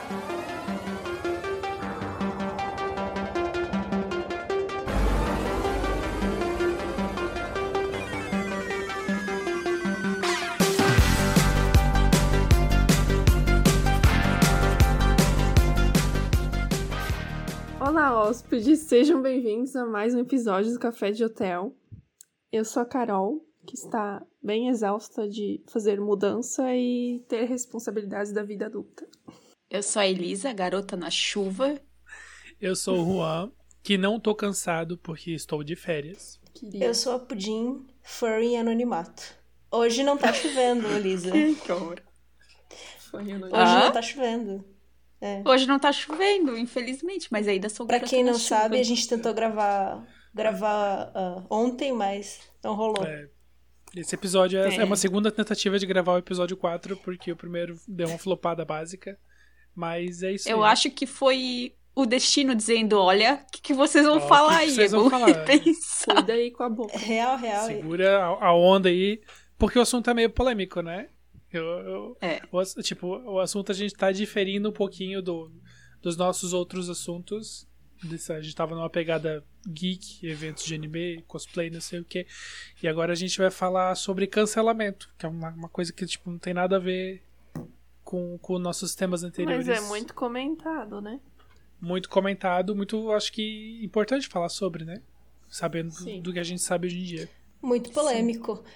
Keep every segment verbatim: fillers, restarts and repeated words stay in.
Olá, hóspedes! Sejam bem-vindos a mais um episódio do Café de Hotel. Eu sou a Carol, que está bem exausta de fazer mudança e ter responsabilidades da vida adulta. Eu sou a Elisa, garota na chuva. Eu sou o Juan, que não tô cansado porque estou de férias. Queria. Eu sou a Pudim, furry em anonimato. Hoje não tá chovendo, Elisa. Que horror. Hoje ah? não tá chovendo. É. Hoje não tá chovendo, infelizmente, mas ainda sou Pra quem não sabe, a gente tentou gravar, gravar uh, ontem, mas não rolou. É. Esse episódio é, é. é uma segunda tentativa de gravar o episódio quatro, porque o primeiro deu uma flopada básica, mas é isso. Eu aí. acho que foi o destino dizendo, olha, o que, que vocês vão oh, falar que que aí? Vocês vão falar? Cuida aí com a boca. Real, real. Segura a, a onda aí, porque o assunto é meio polêmico, né? Eu, eu, é. o, tipo, o assunto a gente tá diferindo um pouquinho do, dos nossos outros assuntos. A gente tava numa pegada geek, eventos de anime, cosplay, não sei o que. E agora a gente vai falar sobre cancelamento, que é uma, uma coisa que tipo, não tem nada a ver com, com nossos temas anteriores. Mas é muito comentado, né? Muito comentado, muito, acho que importante falar sobre, né? Sabendo do, do que a gente sabe hoje em dia. Muito polêmico.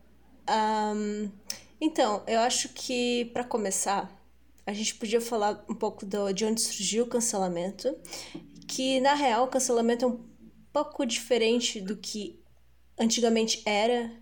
Um... Então, eu acho que, para começar, a gente podia falar um pouco do, de onde surgiu o cancelamento, que, na real, o cancelamento é um pouco diferente do que antigamente era.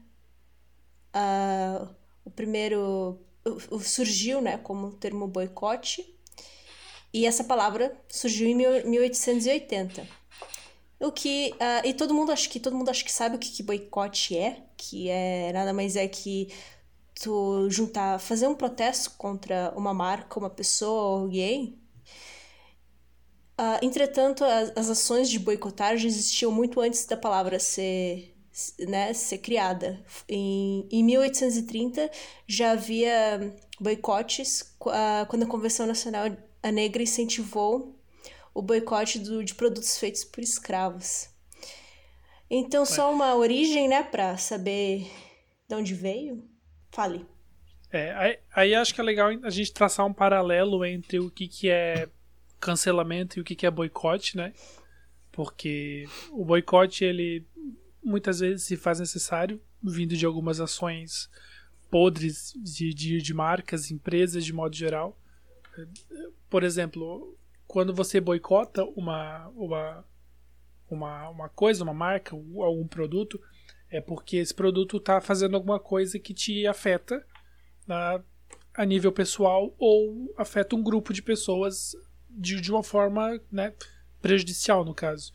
Uh, o primeiro o, o surgiu, né, como o termo boicote, e essa palavra surgiu em mil oitocentos e oitenta. O que, uh, e todo mundo, acho que, todo mundo acho que sabe o que, que boicote é, que é nada mais é que tu juntar, fazer um protesto contra uma marca, uma pessoa ou alguém. Uh, entretanto, as, as ações de boicotagem existiam muito antes da palavra ser, né, ser criada. Em, em mil oitocentos e trinta já havia boicotes uh, quando a Convenção Nacional Negra incentivou o boicote do, de produtos feitos por escravos. Então, só uma origem, né, para saber de onde veio. Fale. É, aí, aí acho que é legal a gente traçar um paralelo entre o que, que é cancelamento e o que, que é boicote, né? Porque o boicote, ele muitas vezes se faz necessário, vindo de algumas ações podres de, de, de marcas, empresas de modo geral. Por exemplo, quando você boicota uma, uma, uma, uma coisa, uma marca, algum produto, é porque esse produto está fazendo alguma coisa que te afeta na, a nível pessoal ou afeta um grupo de pessoas de, de uma forma, né, prejudicial, no caso.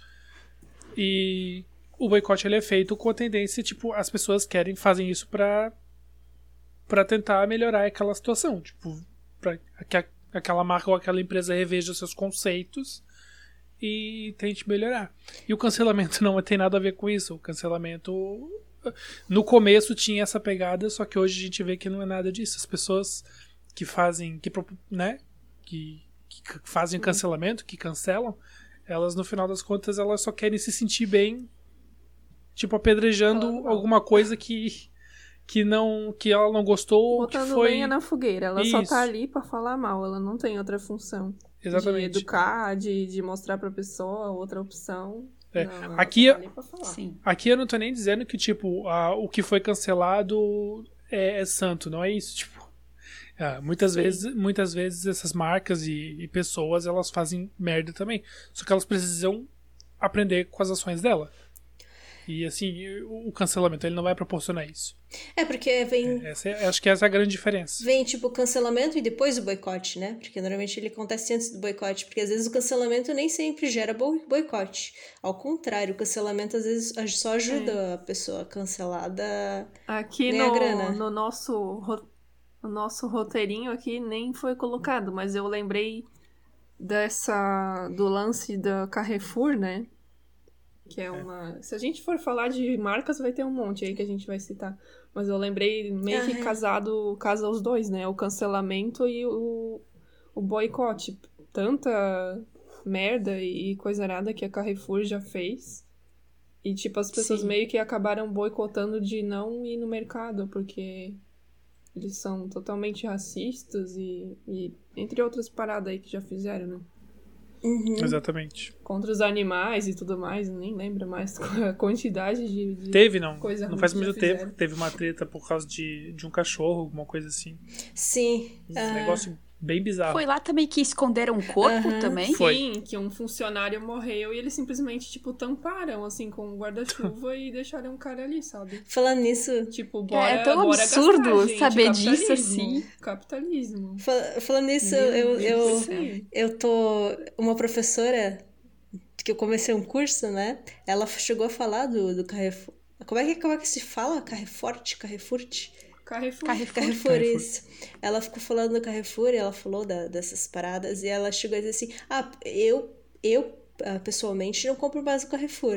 E o boicote ele é feito com a tendência, tipo, as pessoas querem, fazem isso para para tentar melhorar aquela situação. Tipo, para que a, aquela marca ou aquela empresa reveja seus conceitos e tente melhorar. E o cancelamento não tem nada a ver com isso. O cancelamento, no começo tinha essa pegada, só que hoje a gente vê que não é nada disso. As pessoas que fazem, que, né, que, que fazem cancelamento, que cancelam, elas no final das contas elas só querem se sentir bem, tipo apedrejando alguma coisa que que não que ela não gostou, botando que foi lenha na fogueira. Ela isso. só tá ali pra falar mal, ela não tem outra função. Exatamente. De educar, de, de mostrar pra pessoa outra opção. É. Não, aqui, tá ali pra falar. Sim. Aqui eu não tô nem dizendo que, tipo, a, o que foi cancelado é, é santo, não é isso, tipo. É, muitas, vezes, muitas vezes essas marcas e, e pessoas, elas fazem merda também. Só que elas precisam aprender com as ações dela. E assim, o cancelamento ele não vai proporcionar isso. É, porque vem... Essa é, acho que essa é a grande diferença. Vem, tipo, o cancelamento e depois o boicote, né? Porque normalmente ele acontece antes do boicote. Porque às vezes o cancelamento nem sempre gera boicote. Ao contrário, o cancelamento às vezes só ajuda é. a pessoa cancelada aqui a ganhar no, grana. no nosso, no nosso roteirinho aqui nem foi colocado, mas eu lembrei dessa, do lance da Carrefour, né? Que é uma... Se a gente for falar de marcas, vai ter um monte aí que a gente vai citar. Mas eu lembrei meio que ah, é. casado, casa os dois, né? O cancelamento e o, o boicote. Tanta merda e coisa nada que a Carrefour já fez. E, tipo, as pessoas Sim. meio que acabaram boicotando de não ir no mercado, porque eles são totalmente racistas e, e entre outras paradas aí que já fizeram, né? Uhum. Exatamente. Contra os animais e tudo mais, nem lembro mais a quantidade de, de Teve, não. coisa Não ruim faz que já muito tempo fizeram. que teve uma treta por causa de, de um cachorro, alguma coisa assim. Sim. Um ah, negócio bem bizarro. Foi lá também que esconderam um corpo Aham. também? Foi. Sim, que um funcionário morreu e eles simplesmente, tipo, tamparam, assim, com um guarda-chuva e deixaram o cara ali, sabe? Falando nisso, Tipo, bora, É tão bora absurdo gastar, gente. saber disso, Capitalismo. assim. Capitalismo. fal- falando nisso, Meu eu, Deus eu, do céu. eu tô. Uma professora que eu comecei um curso, né? Ela chegou a falar do, do Carrefour. Como é que, como é que se fala? Carrefour? Carrefour? Carrefour. Carrefour. Carrefour, Carrefour. isso. Ela ficou falando do Carrefour e ela falou da- dessas paradas e ela chegou a dizer assim: Ah, eu, eu ah, pessoalmente não compro mais o Carrefour.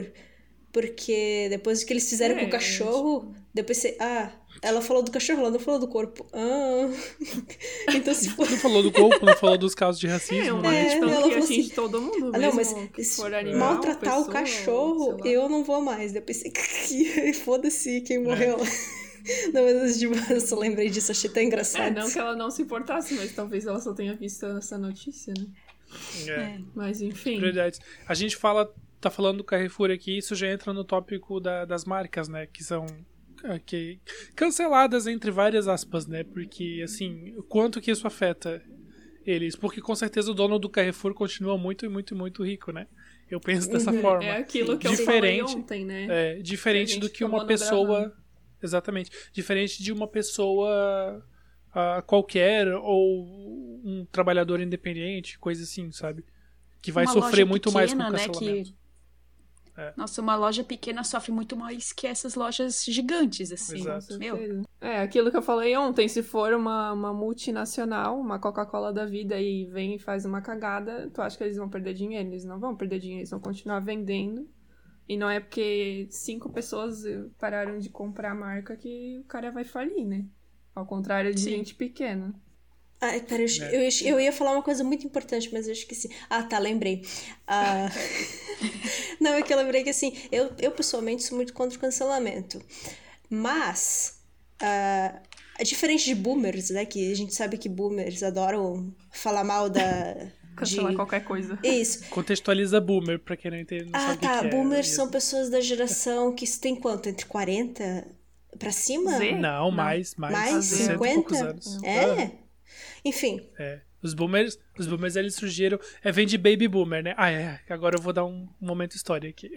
Porque depois do que eles fizeram É, com o cachorro, depois você. Ah, ela falou do cachorro, ela não falou do corpo. Ah. Então se for. Não falou do corpo, não falou dos casos de É, racismo, uma né? É, questão ela que falou atinge assim, todo mundo Ah, não, mesmo, mas que se for animal, maltratar o pessoa, cachorro, sei lá. eu não vou mais. Depois pensei, foda-se quem morreu. Não, mas tipo, eu só lembrei disso, achei tão É, engraçado. não que ela não se importasse, mas talvez ela só tenha visto essa notícia, né? É. Mas enfim. Prioridades. A gente fala, tá falando do Carrefour aqui, isso já entra no tópico da- das marcas, né? Que são ah, que, canceladas entre várias aspas, né? Porque, assim, o quanto que isso afeta eles? Porque com certeza o dono do Carrefour continua muito, muito, muito rico, né? Eu penso dessa forma. É aquilo que eu Diferente, falei ontem, né? É, diferente Que a gente do que acabou uma não pessoa. gravando. Exatamente. Diferente de uma pessoa ah, qualquer ou um trabalhador independente, coisa assim, sabe? Que vai Uma sofrer loja muito mais com o pequena, né, cancelamento. que- Nossa, uma loja pequena sofre muito mais que essas lojas gigantes, assim. Exato. Com Meu, certeza. É, aquilo que eu falei ontem, se for uma, uma multinacional, uma Coca-Cola da vida e vem e faz uma cagada, tu acha que eles vão perder dinheiro? Eles não vão perder dinheiro, eles vão continuar vendendo. E não é porque cinco pessoas pararam de comprar a marca que o cara vai falir, né? Ao contrário de Sim. gente pequena. Ai, pera, eu, É. eu, eu ia falar uma coisa muito importante, mas eu esqueci. Ah, tá, lembrei. Ah, não, é que eu lembrei que assim, eu, eu pessoalmente sou muito contra o cancelamento. Mas, ah, é diferente de boomers, né? Que a gente sabe que boomers adoram falar mal da. Cancelar de... qualquer coisa. Isso. Contextualiza boomer, pra quem não entende, não Ah, sabe o que tá. que é. Boomers isso. são pessoas da geração que tem quanto? Entre quarenta pra cima? Z? Não, Não. mais, mais. Mais? sessenta e poucos cinquenta? anos. É? Ah, Enfim. é. Os boomers, os boomers eles surgiram. É, vem de baby boomer, né? Ah, é. Agora eu vou dar um momento história aqui.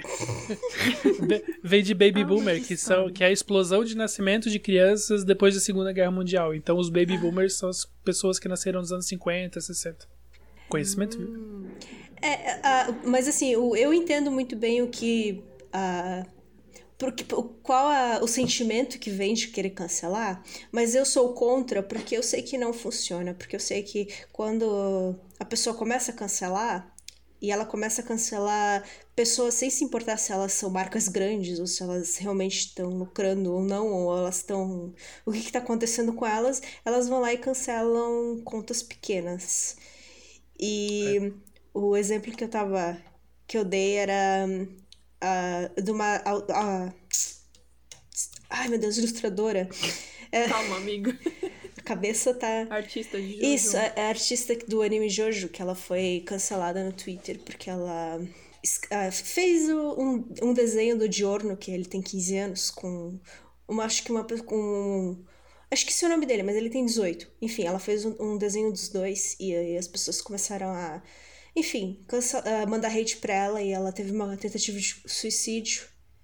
Be- vem de baby Ah, boomer, mas que, história. são, que é a explosão de nascimento de crianças depois da Segunda Guerra Mundial. Então, os baby boomers são as pessoas que nasceram nos anos cinquenta, sessenta. Conhecimento, viu? É, ah, mas assim, o- eu entendo muito bem o que. ah, porque, o- qual a- o sentimento que vem de querer cancelar, mas eu sou contra porque eu sei que não funciona. Porque eu sei que quando a pessoa começa a cancelar, e ela começa a cancelar pessoas sem se importar se elas são marcas grandes ou se elas realmente estão lucrando ou não, ou elas estão. O que está acontecendo com elas, elas vão lá e cancelam contas pequenas. E o exemplo que eu tava. Que eu dei era. ah, de uma. ah, ah, ai, meu Deus, ilustradora. Calma, amigo. A cabeça tá. Artista de Jojo. Isso, a, a artista do anime Jojo, que ela foi cancelada no Twitter porque ela es- ah, fez o- um, um desenho do Giorno, que ele tem quinze anos, com uma, acho que uma pe- com acho que esse é o nome dele, mas ele tem dezoito. Enfim, ela fez um, um desenho dos dois e aí as pessoas começaram a, enfim, cansa- ah, mandar hate pra ela e ela teve uma tentativa de suicídio.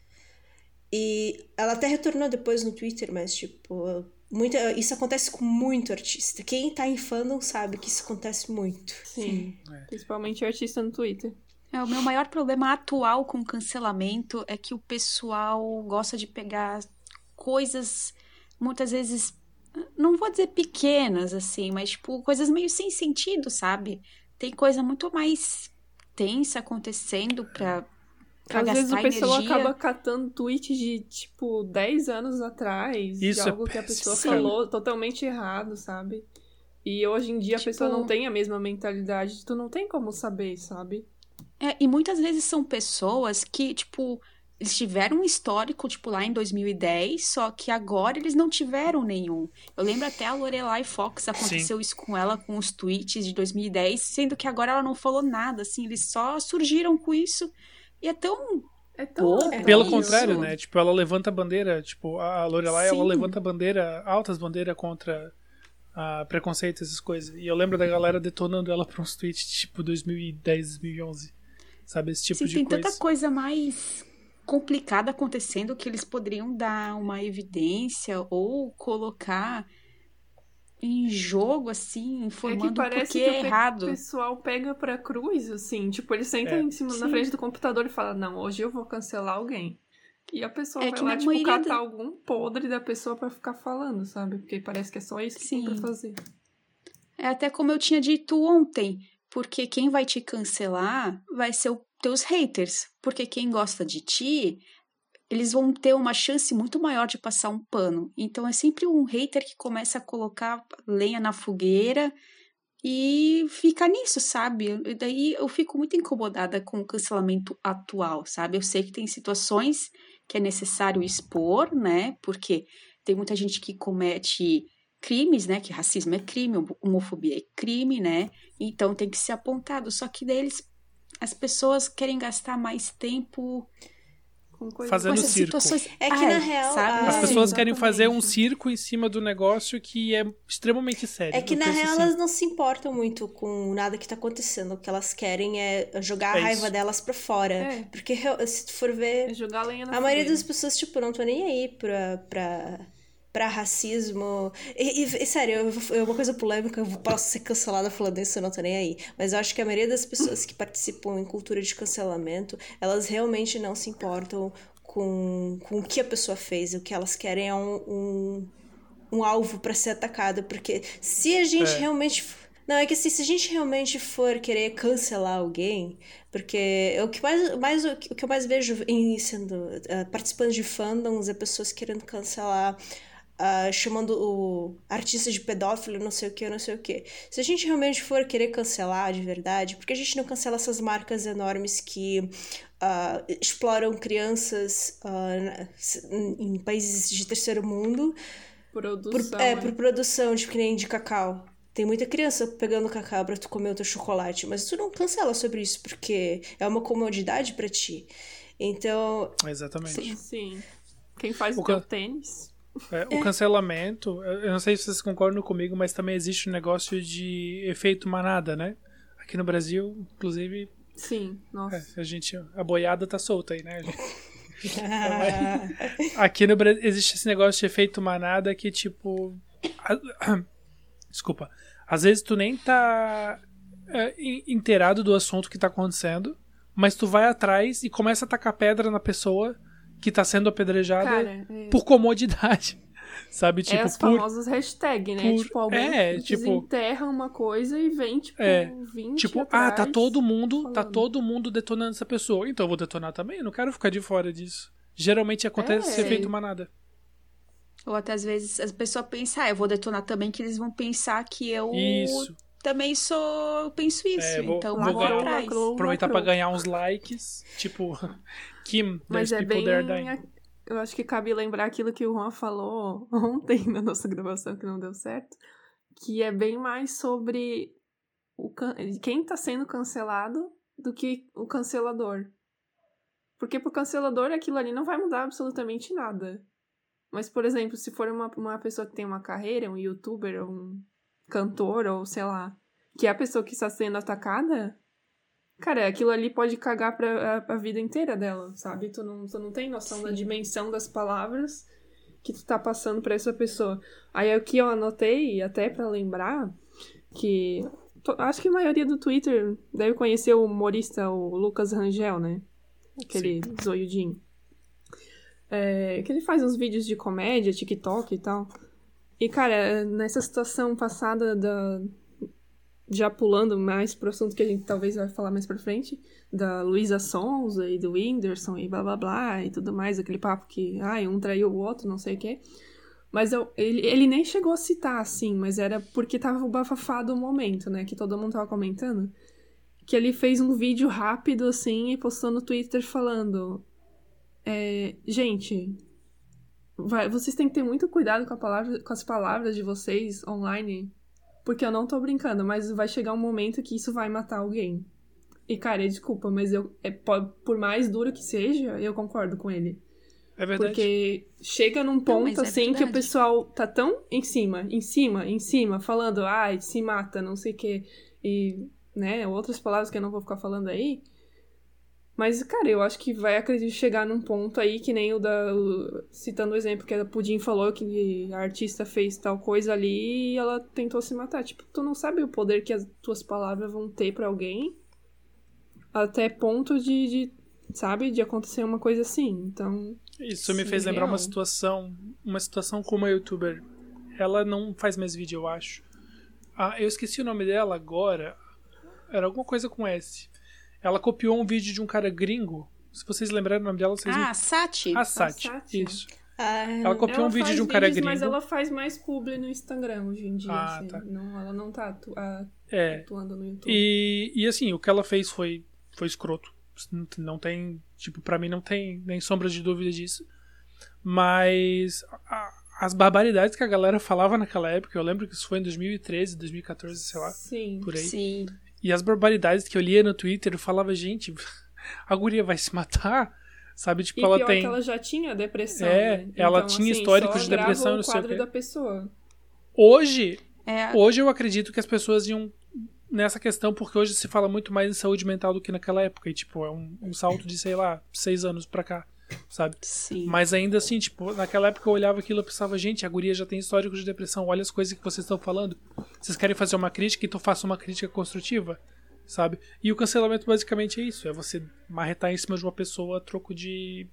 E ela até retornou depois no Twitter, mas, tipo, muita, isso acontece com muito artista. Quem tá em fandom sabe que isso acontece muito. Sim. Principalmente artista no Twitter. É, o meu maior problema atual com cancelamento é que o pessoal gosta de pegar coisas, muitas vezes, não vou dizer pequenas, assim, mas, tipo, coisas meio sem sentido, sabe? Tem coisa muito mais tensa acontecendo pra, pra Às vezes gastar o pessoal energia. acaba catando tweet de, tipo, dez anos atrás. Isso de é algo que a péssimo, pessoa cara. falou totalmente errado, sabe? E hoje em dia Tipo- a pessoa não tem a mesma mentalidade, tu não tem como saber, sabe? É, e muitas vezes são pessoas que, tipo, eles tiveram um histórico, tipo, lá em dois mil e dez, só que agora eles não tiveram nenhum. Eu lembro até a Lorelai Fox, aconteceu isso com ela, com os tweets de dois mil e dez, sendo que agora ela não falou nada, assim, eles só surgiram com isso. E é tão É tão Pouco. natural Pelo isso. contrário, né? Tipo, ela levanta a bandeira, tipo, a Lorelai, ela Sim. levanta a bandeira, altas bandeiras contra a preconceito, essas coisas. E eu lembro da galera detonando ela pra uns tweets, tipo, dois mil e dez, dois mil e onze. Sabe, esse tipo Sim, de tem coisa. tanta coisa mais complicada acontecendo que eles poderiam dar uma evidência ou colocar em jogo, assim, É que informando o parece porquê que é o pe- errado. pessoal pega pra cruz, assim. Tipo, ele senta É. em cima, na Sim. frente do computador e fala, não, hoje eu vou cancelar alguém. E a pessoa É vai que lá, na tipo, maioria catar da- algum podre da pessoa pra ficar falando, sabe? Porque parece que é só isso que tem pra Sim. fazer. É até como eu tinha dito ontem, porque quem vai te cancelar vai ser os teus haters, porque quem gosta de ti, eles vão ter uma chance muito maior de passar um pano. Então é sempre um hater que começa a colocar lenha na fogueira e fica nisso, sabe? E daí eu fico muito incomodada com o cancelamento atual, sabe? Eu sei que tem situações que é necessário expor, né? Porque tem muita gente que comete crimes, né? Que racismo é crime, homofobia é crime, né? Então tem que ser apontado. Só que daí eles, as pessoas querem gastar mais tempo Com coisa Fazendo com essas circo. situações. É que, Ai, na real, sabe? a- As É, pessoas querem fazer um exatamente. circo em cima do negócio que é extremamente sério. É que, Eu na penso real, assim, elas não se importam muito com nada que tá acontecendo. O que elas querem é jogar É a raiva isso. delas pra fora. É. Porque, real- se tu for É ver, jogar lenha na a maioria fogueira. das pessoas, tipo, não tô nem aí pra, pra, pra racismo. E, e- e, sério, eu vou- é uma coisa polêmica, eu posso ser cancelada falando isso, eu não tô nem aí. Mas eu acho que a maioria das pessoas que participam em cultura de cancelamento, elas realmente não se importam com, com o que a pessoa fez. O que elas querem é um, um, um alvo pra ser atacado. Porque se a gente É. realmente. Não, é que assim, se a gente realmente for querer cancelar alguém, porque o que mais, mais o que eu mais vejo em sendo uh, participando de fandoms é pessoas querendo cancelar, uh, chamando o artista de pedófilo, não sei o que, não sei o que. Se a gente realmente for querer cancelar de verdade, por que a gente não cancela essas marcas enormes que uh, exploram crianças uh, em países de terceiro mundo por, Produção. é, é. por produção, tipo, que nem de cacau. Tem muita criança pegando cacau pra tu comer o teu chocolate, mas tu não cancela sobre isso, porque é uma comodidade pra ti. Então, Exatamente. Sim, sim. Quem faz O o teu can- tênis. É, o cancelamento, eu eu não sei se vocês concordam comigo, mas também existe um negócio de efeito manada, né? Aqui no Brasil, inclusive, Sim, nossa. é, a gente, a boiada tá solta aí, né? Aqui no Brasil existe esse negócio de efeito manada que, tipo. a- Desculpa. Às vezes tu nem tá é, in- inteirado do assunto que tá acontecendo, mas tu vai atrás e começa a tacar pedra na pessoa que tá sendo apedrejada Cara, é, por comodidade. Sabe? Tipo, é os por. famosos hashtag, né? por- Tipo, alguém é, tipo- desenterra uma coisa e vem, tipo, É, vinte Tipo, atrás, ah, tá todo mundo, tá falando. todo mundo detonando essa pessoa. Então eu vou detonar também, eu não quero ficar de fora disso. Geralmente acontece É. esse efeito manada. Ou até às vezes as pessoas pensam, ah, eu vou detonar também, que eles vão pensar que eu Isso. também sou, eu penso isso. É, vou- então vou eu vou ganhar- atrás. lacrou, Aproveitar lacrou. pra ganhar uns likes. Tipo, Kim, Mas there's é people bem. there dying. Eu acho que cabe lembrar aquilo que o Juan falou ontem na nossa gravação, que não deu certo. Que é bem mais sobre o can... quem tá sendo cancelado do que o cancelador. Porque pro cancelador aquilo ali não vai mudar absolutamente nada. Mas, por exemplo, se for uma, uma pessoa que tem uma carreira, um youtuber, ou um cantor, ou sei lá, que é a pessoa que está sendo atacada, cara, aquilo ali pode cagar pra, a, a vida inteira dela, sabe? Tu não, tu não tem noção da Sim. dimensão das palavras que tu tá passando pra essa pessoa. Aí aqui eu anotei, até pra lembrar, que to- acho que a maioria do Twitter deve conhecer o humorista, o Lucas Rangel, né? Aquele zoiudinho. É, que ele faz uns vídeos de comédia, TikTok e tal. E, cara, nessa situação passada da... Já pulando mais pro assunto que a gente talvez vai falar mais pra frente, da Luísa Sonza e do Whindersson e blá blá blá e tudo mais, aquele papo que, ai, um traiu o outro, não sei o quê. Mas eu, ele, ele nem chegou a citar, assim, mas era porque tava o bafafá do momento, né? Que todo mundo tava comentando. Que ele fez um vídeo rápido, assim, e postou no Twitter falando... É, gente, vai, vocês têm que ter muito cuidado com, a palavra, com as palavras de vocês online, porque eu não tô brincando, mas vai chegar um momento que isso vai matar alguém. E, cara, desculpa, mas eu, é, por mais duro que seja, eu concordo com ele. É verdade. Porque chega num ponto, não, assim, é que o pessoal tá tão em cima, em cima, em cima, falando, ai, se mata, não sei o quê, e, né, outras palavras que eu não vou ficar falando aí. Mas, cara, eu acho que vai, acredito, chegar num ponto aí, que nem o da... O, citando o exemplo que a Pudim falou, que a artista fez tal coisa ali e ela tentou se matar. Tipo, tu não sabe o poder que as tuas palavras vão ter pra alguém até ponto de, de sabe, de acontecer uma coisa assim. Então... Isso me sim, fez lembrar real. uma situação, uma situação com uma youtuber. Ela não faz mais vídeo, eu acho. Ah, eu esqueci o nome dela agora. Era alguma coisa com S. Ela copiou um vídeo de um cara gringo. Se vocês lembrarem o nome dela, vocês... Ah, me... Sati. A Sati, A Sati. isso. Ah, Ela copiou ela um vídeo faz de um cara vídeos, gringo. Mas ela faz mais publi no Instagram hoje em dia. Ah, assim. tá. Não, ela não tá atu a, É. atuando no YouTube. E, e assim, o que ela fez foi, foi escroto. Não, não tem, tipo, pra mim não tem nem sombra de dúvida disso. Mas a, as barbaridades que a galera falava naquela época, eu lembro que isso foi em dois mil e treze, dois mil e catorze, sei lá, Sim. por aí. Sim. E as barbaridades que eu lia no Twitter, eu falava, gente, a guria vai se matar, sabe? Tipo, E ela pior tem... que ela já tinha depressão, É, né? ela Então, tinha assim, histórico só de agrava depressão e o não sei o quadro quê. da pessoa. Hoje, É, hoje eu acredito que as pessoas iam nessa questão, porque hoje se fala muito mais em saúde mental do que naquela época. E, tipo, é um, um salto de, sei lá, seis anos pra cá, sabe? sim. Mas ainda assim, tipo, naquela época eu olhava aquilo e pensava, gente, a guria já tem histórico de depressão, olha as coisas que vocês estão falando. Vocês querem fazer uma crítica, então faça uma crítica construtiva, sabe? E o cancelamento basicamente é isso, é você marretar em cima de uma pessoa a troco de...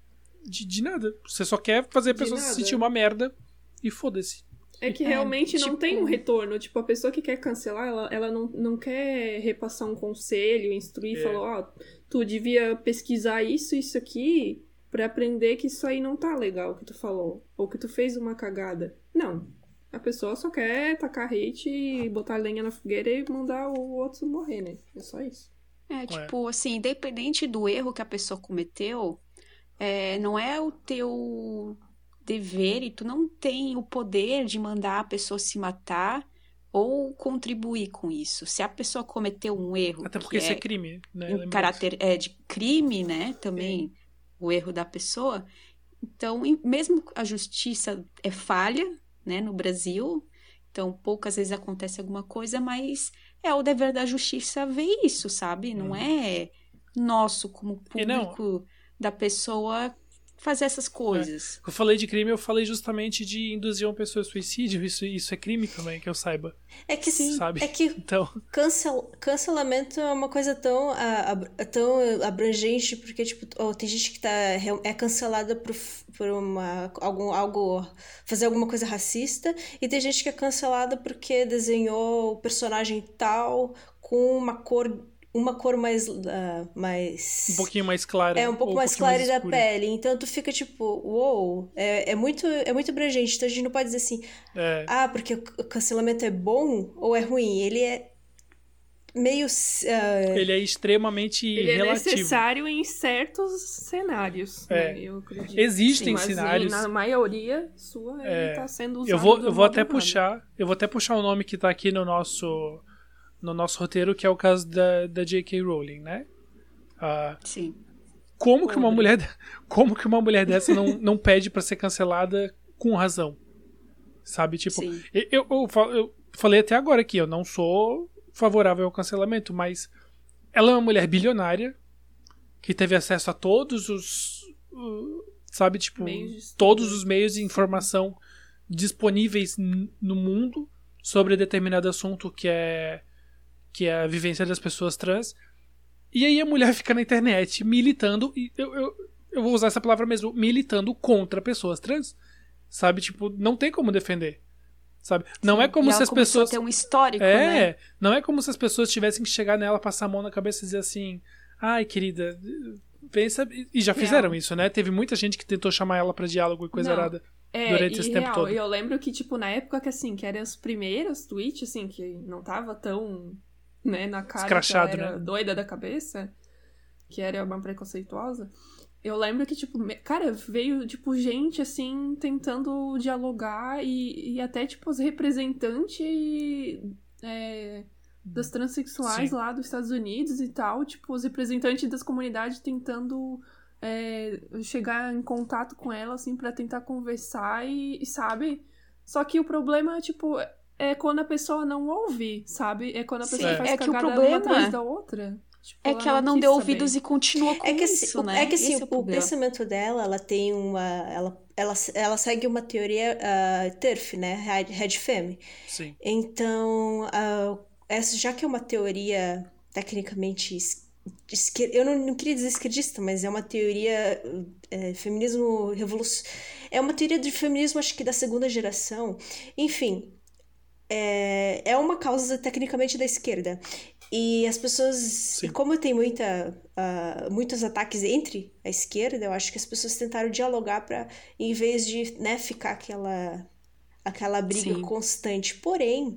de, de nada. Você só quer fazer a De pessoa se nada. sentir uma merda e foda-se. É que É, realmente não tipo- tem um retorno. Tipo, a pessoa que quer cancelar, ela, ela não, não quer repassar um conselho, instruir, É. falar, ó, tu devia pesquisar isso, isso aqui, pra aprender que isso aí não tá legal que tu falou. Ou que tu fez uma cagada. Não. A pessoa só quer tacar hate e botar lenha na fogueira e mandar o outro morrer, né? É só isso. É, tipo, assim, independente do erro que a pessoa cometeu, é, não é o teu dever e tu não tem o poder de mandar a pessoa se matar ou contribuir com isso. Se a pessoa cometeu um erro Até porque que isso é é crime, né? em Lembra caráter é, de crime, né, também, o erro da pessoa, então, em- mesmo a justiça é falha, né, no Brasil, então poucas vezes acontece alguma coisa, mas é o dever da justiça ver isso, sabe? Não é nosso como E não- público da pessoa fazer essas coisas. Eu falei de crime, eu falei justamente de induzir uma pessoa a suicídio. Isso, isso é crime também, que eu saiba. É que, Sabe? é que Então, cancel, cancelamento é uma coisa tão, a- ab- tão abrangente, porque tipo, ó, tem gente que tá, real- é cancelada por, por uma, algum, algo, fazer alguma coisa racista, e tem gente que é cancelada porque desenhou o personagem tal com uma cor, uma cor mais, ah, mais... um pouquinho mais clara. É, um pouco ou mais pouquinho clara da escura. pele. Então tu fica tipo, uou, é, é, muito, é muito abrangente. Então a gente não pode dizer assim, É. ah, porque o cancelamento é bom ou é ruim. Ele é meio... ah, Ele é extremamente Ele é relativo. necessário em certos cenários, É. né? Eu acredito. Existem Mas cenários. na maioria sua, É. ele tá sendo usado Eu vou, do eu vou modo até errado. puxar. Eu vou até puxar o nome que tá aqui no nosso. No nosso roteiro, que é o caso da, da J K. Rowling, né? Ah, Sim. como que uma Pobre. mulher. Como que uma mulher dessa não, não pede pra ser cancelada com razão? Sabe? Tipo, Sim. eu, eu, eu fa- eu falei até agora aqui, eu não sou favorável ao cancelamento, mas ela é uma mulher bilionária que teve acesso a todos os. uh, sabe, tipo, Meios de estudo. todos os meios de informação disponíveis n- no mundo sobre determinado assunto que é, que é a vivência das pessoas trans. E aí a mulher fica na internet militando, e eu, eu, eu vou usar essa palavra mesmo, militando contra pessoas trans. Sabe, tipo, não tem como defender. Sabe? Não é como E se ela as começou pessoas. a ter um histórico, É, né? não é como se as pessoas tivessem que chegar nela, passar a mão na cabeça e dizer assim: ai, querida, pensa. E já fizeram Real. isso, né? Teve muita gente que tentou chamar ela pra diálogo e coisa Não. arada. É, durante e esse tempo real, todo. e eu lembro que, tipo, na época que, assim, que eram os primeiros tweets, assim, que não tava tão, né, na cara Escrachado, que ela era né? doida da cabeça, que era uma preconceituosa, eu lembro que, tipo, me- cara, veio, tipo, gente, assim, tentando dialogar e, e até, tipo, os representantes é, das transexuais Sim. lá dos Estados Unidos e tal, tipo, os representantes das comunidades tentando é, chegar em contato com ela, assim, pra tentar conversar e, e, sabe? Só que o problema, tipo, é quando a pessoa não ouve, sabe? É quando a Sim, pessoa faz é que o cagada uma atrás problema da outra. Tipo, é que ela não quis deu saber. ouvidos e continua com É que, assim, isso, o- né? é que assim, Esse é o o problema. pensamento dela, ela tem uma. Ela, ela, ela segue uma teoria uh, T E R F, né? Red, Red Femme. Sim. Então, uh, essa, já que é uma teoria tecnicamente es- esquer- eu não, não queria dizer esquerdista, mas é uma teoria é, feminismo revolução, é uma teoria de feminismo, acho que da segunda geração. Enfim, é, é uma causa tecnicamente da esquerda. E as pessoas, Sim. e como tem muita, uh, muitos ataques entre a esquerda, eu acho que as pessoas tentaram dialogar para, em vez de, né, ficar aquela, aquela briga Sim. constante. Porém,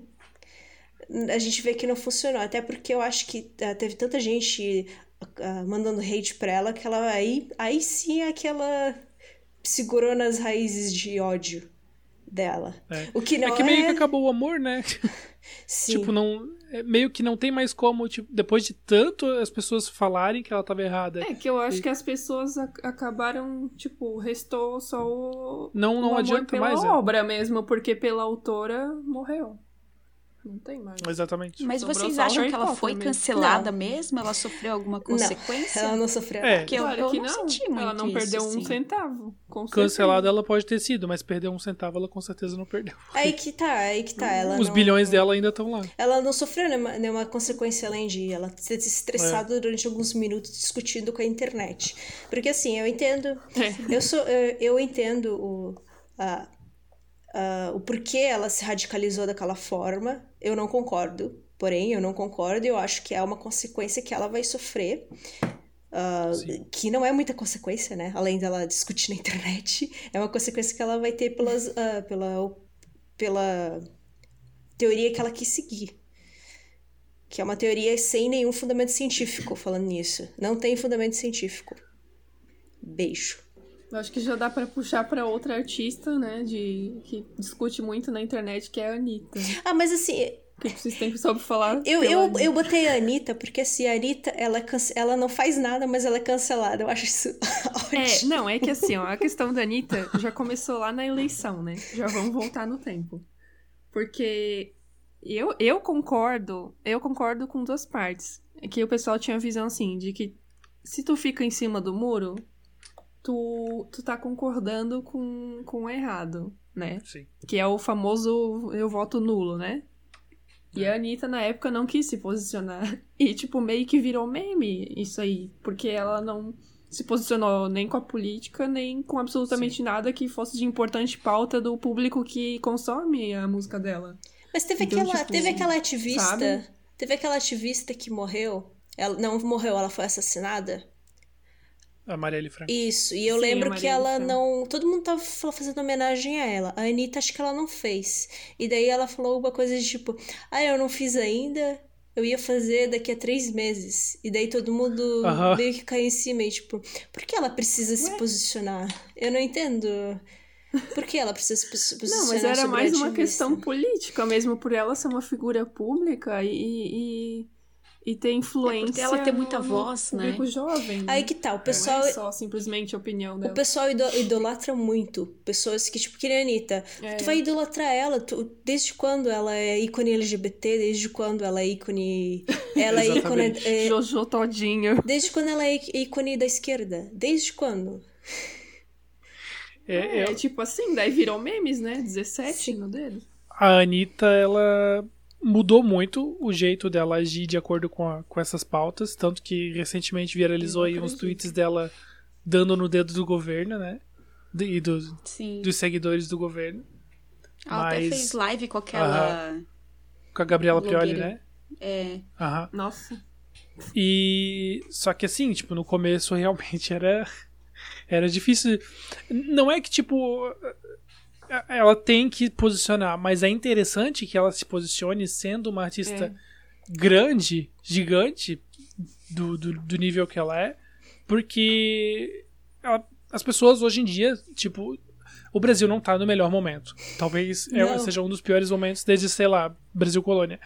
a gente vê que não funcionou, até porque eu acho que uh, teve tanta gente uh, mandando hate pra ela que ela aí, aí sim é que ela segurou nas raízes de ódio dela. É. O que não É é... que meio que acabou o amor, né? Sim. Tipo, não. é meio que não tem mais como, tipo, depois de tanto as pessoas falarem que ela tava errada. É que eu acho E- que as pessoas ac- acabaram, tipo, restou só o, Não- o não amor adianta pela mais, é. obra mesmo, porque pela autora morreu. Não tem mais. Exatamente. Mas Sobrou vocês só o acham Harry que ela Potter foi mesmo. cancelada Não. mesmo? Ela sofreu alguma Não, consequência? ela não sofreu É. Porque eu, Claro eu que não, não. senti muito Ela não isso, perdeu um assim. centavo. Com Cancelada certeza. ela pode ter sido, mas perder um centavo ela com certeza não perdeu. Aí que tá, aí que tá. Ela Os não... bilhões dela ainda estão lá. Ela não sofreu nenhuma, nenhuma consequência além de ela ter se estressado durante alguns minutos discutindo com a internet. Porque assim, eu entendo. É. Eu sou. Eu, eu entendo o. A, a, o porquê ela se radicalizou daquela forma. Eu não concordo. Porém, eu não concordo e eu acho que é uma consequência que ela vai sofrer. Uh, que não é muita consequência, né? Além dela discutir na internet. É uma consequência que ela vai ter pelas, uh, pela, pela teoria que ela quis seguir. Que é uma teoria sem nenhum fundamento científico, falando nisso. Não tem fundamento científico. Beijo. Eu acho que já dá pra puxar pra outra artista, né? De, que discute muito na internet, que é a Anitta. Ah, mas assim... O que vocês têm sobre falar? Eu, pela eu, Anitta? eu botei a Anitta porque assim, a Anitta, ela, é cance- ela não faz nada, mas ela é cancelada. Eu acho isso É, ótimo. não, é que assim, ó, a questão da Anitta já começou lá na eleição, né? Já vamos voltar no tempo. Porque eu, eu concordo, eu concordo com duas partes. É que o pessoal tinha a visão assim, de que se tu fica em cima do muro, tu, tu tá concordando com, com o errado, né? Sim. Que é o famoso eu voto nulo, né? E a Anitta, na época, não quis se posicionar. E, tipo, meio que virou meme isso aí. Porque ela não se posicionou nem com a política, nem com absolutamente Sim. nada que fosse de importante pauta do público que consome a música dela. Mas teve, Então, aquela, tipo, teve aquela ativista... sabe? Teve aquela ativista que morreu. Ela não morreu, ela foi assassinada. A Marielle Franco. Isso, e eu Sim, lembro a que Marielle ela Franco. não... Todo mundo tava fa- fazendo homenagem a ela. A Anitta, acho que ela não fez. E daí ela falou alguma coisa de tipo... Ah, eu não fiz ainda, eu ia fazer daqui a três meses. E daí todo mundo Aham. meio que caiu em cima e tipo... Por que ela precisa se posicionar? Eu não entendo. Por que ela precisa se pos- posicionar Não, mas era sobre mais a uma ativista? questão política mesmo, por ela ser uma figura pública e, e, e ter influência ela ter muita no, voz, no né? público jovem. né? Aí que tá, o pessoal... Não é só simplesmente a opinião O dela. pessoal ido- idolatra muito pessoas que, tipo, que nem a Anitta. É. Tu vai idolatrar ela, tu- desde quando ela é ícone L G B T, desde quando ela é ícone. Ela é ícone. Exatamente. é, Jojo Todinho. desde quando ela é í- ícone da esquerda? Desde quando? É, É, é- tipo assim, daí virou memes, né? dezessete Sim. no dedo. a Anitta, ela mudou muito o jeito dela agir de acordo com, a- com essas pautas, tanto que recentemente viralizou Eu aí uns acredito. tweets dela dando no dedo do governo, né? De- E dos, Sim. dos seguidores do governo. Ela até mas- fez live com aquela... Com a Gabriela Prioli, Blogueira. né? É, Aham. Nossa. E só que assim, tipo, no começo realmente era era difícil. Não é que tipo ela tem que posicionar, mas é interessante que ela se posicione sendo uma artista É. grande, gigante, do, do, do nível que ela é, porque ela- as pessoas hoje em dia, tipo, o Brasil não tá no melhor momento. Talvez é- Não. seja um dos piores momentos desde, sei lá, Brasil Colônia.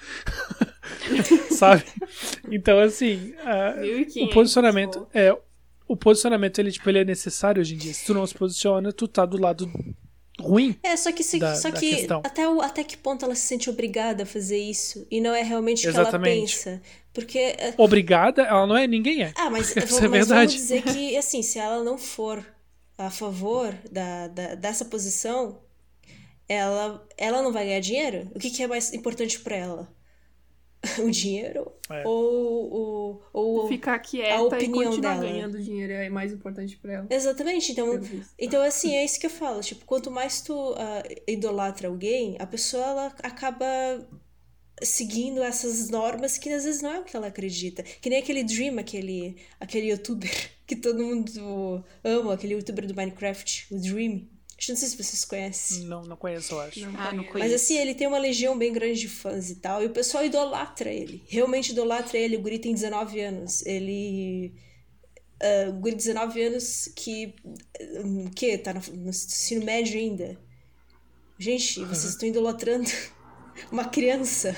Sabe? Então, assim, a- mil e o quinhentos posicionamento volts. é o posicionamento ele tipo ele é necessário hoje em dia. Se tu não se posiciona, tu tá do lado ruim. É, só que, se- Da- só da que questão. até, o, até que ponto ela se sente obrigada a fazer isso e não é realmente o que Exatamente. ela pensa. Porque. é, Obrigada, ela não é ninguém é. Ah, mas, Isso vamos- é mas vamos verdade. dizer que, assim, se ela não for a favor da, da- dessa posição, ela, ela não vai ganhar dinheiro? O que, que é mais importante pra ela? O dinheiro? É. Ou, ou, ou Ficar quieta a opinião e continuar dela. ganhando dinheiro é mais importante pra ela. Exatamente, então, pelo visto. então assim, é isso que eu falo, tipo, quanto mais tu ah, idolatra alguém, a pessoa ela acaba seguindo essas normas que às vezes não é o que ela acredita. Que nem aquele Dream, aquele, aquele youtuber que todo mundo ama, aquele youtuber do Minecraft, o Dream. Acho que não sei se vocês conhecem. Não, não conheço, eu acho. Não Ah, não conheço. conheço. Mas assim, ele tem uma legião bem grande de fãs e tal, e o pessoal idolatra ele. Realmente idolatra ele. O guri tem dezenove anos. Ele. ah, o guri de dezenove anos que. hum, O quê? Tá no, no ensino médio ainda. Gente, vocês estão idolatrando uma criança.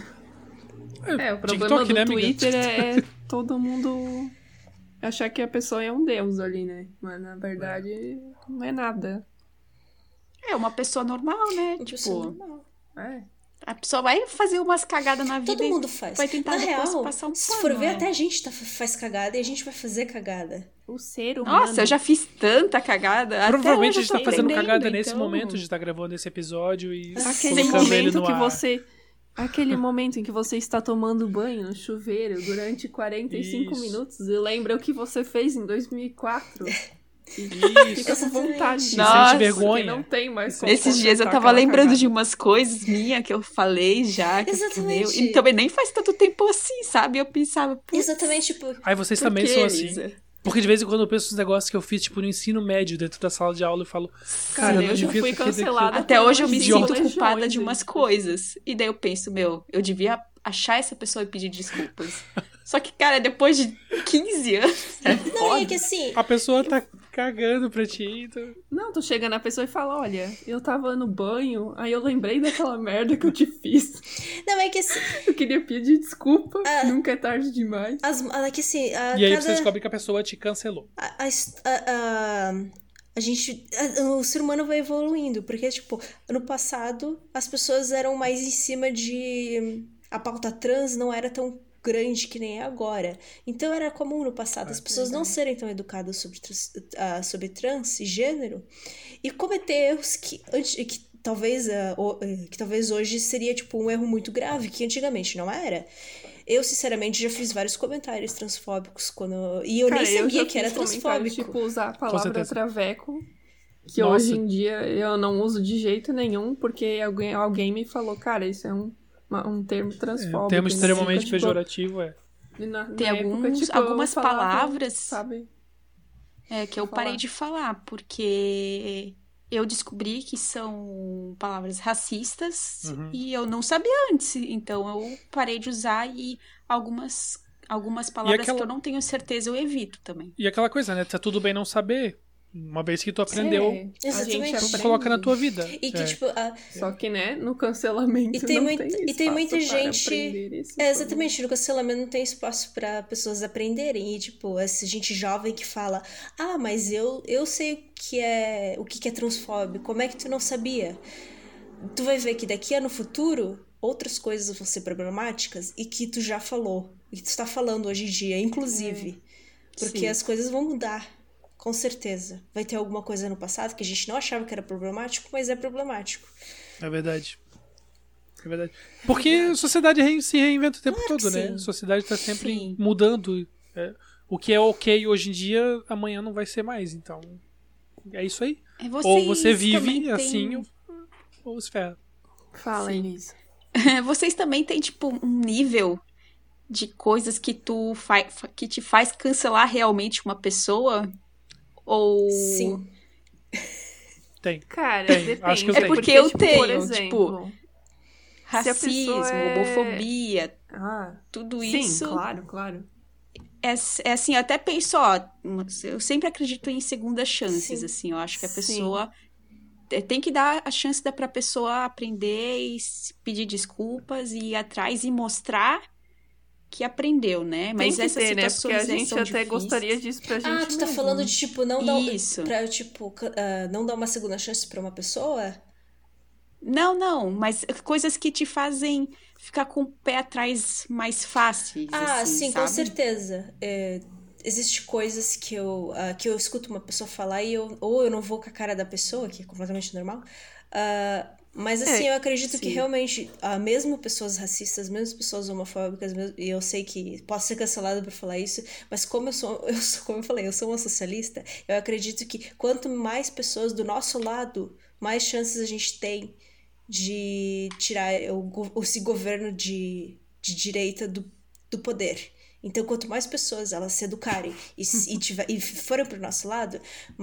É, o problema TikTok, do né, amiga? Twitter é, é todo mundo achar que a pessoa é um deus ali, né? Mas na verdade não é nada. É uma pessoa normal, né? Uma tipo, pessoa normal. É. a pessoa vai fazer umas cagadas na vida Todo e mundo faz. vai tentar Na depois real, passar um se pano, for ver, né? até a gente tá, faz cagada e a gente vai fazer cagada. O ser humano. Nossa, eu já fiz tanta cagada. até Provavelmente a hoje gente eu tá tô fazendo aprendendo, cagada nesse então- momento de estar gravando esse episódio e Aquele colocando ele momento no que ar. você. Aquele momento em que você está tomando banho no chuveiro durante quarenta e cinco Isso. minutos e lembra o que você fez em dois mil e quatro. E Isso. fica com vontade de Nossa, sente vergonha. porque não tem mais como Esses dias eu consertar tava aquela lembrando cagada. de umas coisas minhas que eu falei já. Que eu fiquei, Exatamente. meu, e também nem faz tanto tempo assim, sabe? Eu pensava, putz, Exatamente, tipo, Aí vocês por também que, são assim. Elisa? Porque de vez em quando eu penso nos negócios que eu fiz, tipo, no ensino médio, dentro da sala de aula, eu falo, cara, Cara, eu não eu já devia fui ter feito aquilo. cancelada. Até hoje eu me Idiota. sinto Legiões, culpada de umas gente. coisas. E daí eu penso, meu, eu devia achar essa pessoa e pedir desculpas. Só que, cara, depois de quinze anos, é não, foda. é que assim, A pessoa tá cagando pra ti, então... Não, tu chega na pessoa e fala, olha, eu tava no banho, aí eu lembrei daquela merda que eu te fiz. não, é que assim, Eu queria pedir desculpa, Ah. nunca é tarde demais. as, é que assim, a, E aí cada, você descobre que a pessoa te cancelou. a, a, a, a gente, a- o ser humano vai evoluindo, porque, tipo, no passado, as pessoas eram mais em cima de, a pauta trans não era tão grande que nem é agora. Então era comum no passado as pessoas não serem tão educadas sobre, trans- ah, sobre trans e gênero e cometer erros que, antes, que talvez ah, o- eh, que talvez hoje seria tipo um erro muito grave, que antigamente não era. Eu, sinceramente, já fiz vários comentários transfóbicos quando e eu Cara, nem sabia já que era fiz comentário, transfóbico. Tipo, usar a palavra certeza. traveco, que Nossa. hoje em dia eu não uso de jeito nenhum, porque alguém, alguém me falou, cara, isso é um, uma- um termo É transfóbico. um termo e na extremamente época, tipo, pejorativo, é. e na- Tem na época, alguns- tipo, eu algumas falava, palavras- sabe? É, que eu Falar. parei de falar, porque eu descobri que são palavras racistas Uhum. e eu não sabia antes. Então eu parei de usar e algumas, algumas palavras aquela- que eu não tenho certeza eu evito também. E aquela coisa, né? Tá tudo bem não saber. Uma vez que tu aprendeu, É, a Exatamente. gente tu aprende. coloca na tua vida. E que, É. tipo, a, Só que, né, no cancelamento E tem não muito- tem e tem espaço muita para gente- aprender isso É, tudo. exatamente, no cancelamento não tem espaço pra pessoas aprenderem. E, tipo, essa gente jovem que fala, ah, mas eu, eu sei o que é o que que é transfóbico, como é que tu não sabia? Tu vai ver que daqui a no futuro, outras coisas vão ser problemáticas e que tu já falou, e que tu tá falando hoje em dia, inclusive. Porque Sim. as coisas vão mudar, com certeza. Vai ter alguma coisa no passado que a gente não achava que era problemático, mas é problemático. É verdade. É verdade. Porque a sociedade re- se reinventa o tempo Claro que todo, né? sim. A sociedade tá sempre Sim. mudando. É, o que é ok hoje em dia, amanhã não vai ser mais. Então, é isso aí. É, Ou você vocês vive também assim, têm- ou, ou se ferra. Fala, Elisa. Vocês também têm, tipo, um nível de coisas que tu fa- fa- que te faz cancelar realmente uma pessoa? Ou Sim. Tem. Cara, Tem. depende. Acho que eu É tenho. porque eu tipo, tenho, por exemplo, tipo, racismo, é... homofobia, ah, tudo sim, isso. claro, claro. É, é assim, eu até penso, ó, eu sempre acredito em segundas chances, Sim. assim, eu acho que a Sim. pessoa tem que dar a chance para a pessoa aprender e pedir desculpas e ir atrás e mostrar que aprendeu, né? Mas Tem que essas ter, né? Porque a situações gente são até difíceis. gostaria disso pra gente Ah, tu tá mesmo. falando de, tipo, não dar, Isso. pra, tipo, uh, não dar uma segunda chance pra uma pessoa? Não, não, mas coisas que te fazem ficar com o pé atrás mais fáceis, Ah, assim, sim, sabe? com certeza. É, existe coisas que eu, uh, que eu escuto uma pessoa falar e eu, ou eu não vou com a cara da pessoa, que é completamente normal. Uh, mas assim, É, eu acredito sim. que realmente, uh, mesmo pessoas racistas, mesmo pessoas homofóbicas, mesmo, e eu sei que posso ser cancelada por falar isso, mas como eu sou, eu sou, como eu falei, eu sou uma socialista, eu acredito que quanto mais pessoas do nosso lado, mais chances a gente tem de tirar o, esse governo de, de direita do, do poder. Então, quanto mais pessoas elas se educarem e, e, tiver, e forem pro nosso lado,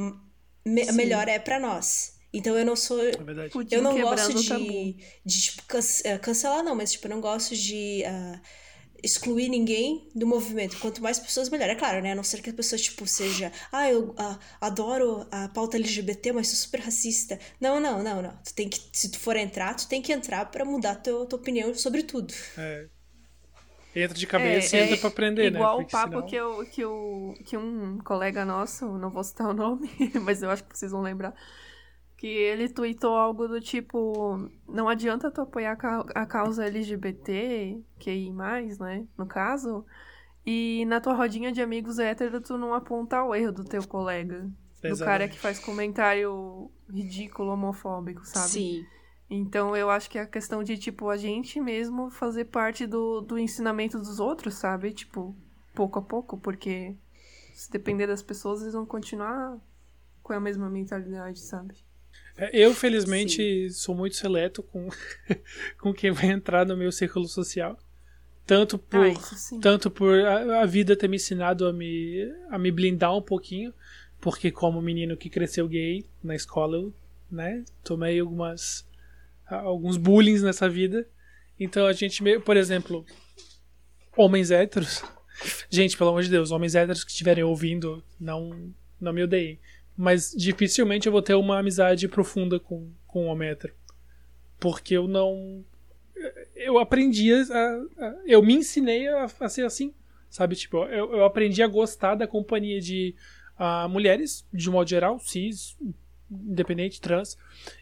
me, melhor é para nós. Então, eu não sou... É verdade. Pudim Eu não quebrando gosto o tabu. de, de tipo, cance- cancelar, não, mas tipo, eu não gosto de uh, excluir ninguém do movimento. Quanto mais pessoas, melhor. É claro, né? A não ser que a pessoa, tipo, seja... Ah, eu uh, adoro a pauta L G B T, mas sou super racista. Não, não, não, não. Tu tem que, se tu for entrar, tu tem que entrar pra mudar teu, tua opinião sobre tudo. É. Entra de cabeça É, e entra é pra aprender, igual né? o papo senão... que, eu, que, eu, que um colega nosso, não vou citar o nome, mas eu acho que vocês vão lembrar, que ele tweetou algo do tipo, não adianta tu apoiar a causa L G B T, Q I mais, né, no caso, e na tua rodinha de amigos hétero tu não apontar o erro do teu colega, do Exatamente. cara que faz comentário ridículo, homofóbico, sabe? Sim. Então eu acho que é a questão de, tipo, a gente mesmo fazer parte do, do ensinamento dos outros, sabe? Tipo, pouco a pouco, porque se depender das pessoas, eles vão continuar com a mesma mentalidade, sabe? Eu, felizmente, Sim. sou muito seleto com, com quem vai entrar no meu círculo social. Tanto por, ah, tanto por a, a vida ter me ensinado a me, a me blindar um pouquinho, porque como menino que cresceu gay na escola, eu, né, tomei algumas, alguns bullying nessa vida. Então a gente, por exemplo, homens héteros, gente, pelo amor de Deus, homens héteros que estiverem ouvindo, não, não me odeiem. Mas dificilmente eu vou ter uma amizade profunda com, com um homem hétero. Porque eu não... Eu aprendi a... a eu me ensinei a, a ser assim, sabe? Tipo, eu, eu aprendi a gostar da companhia de uh, mulheres, de um modo geral, cis, independente, trans,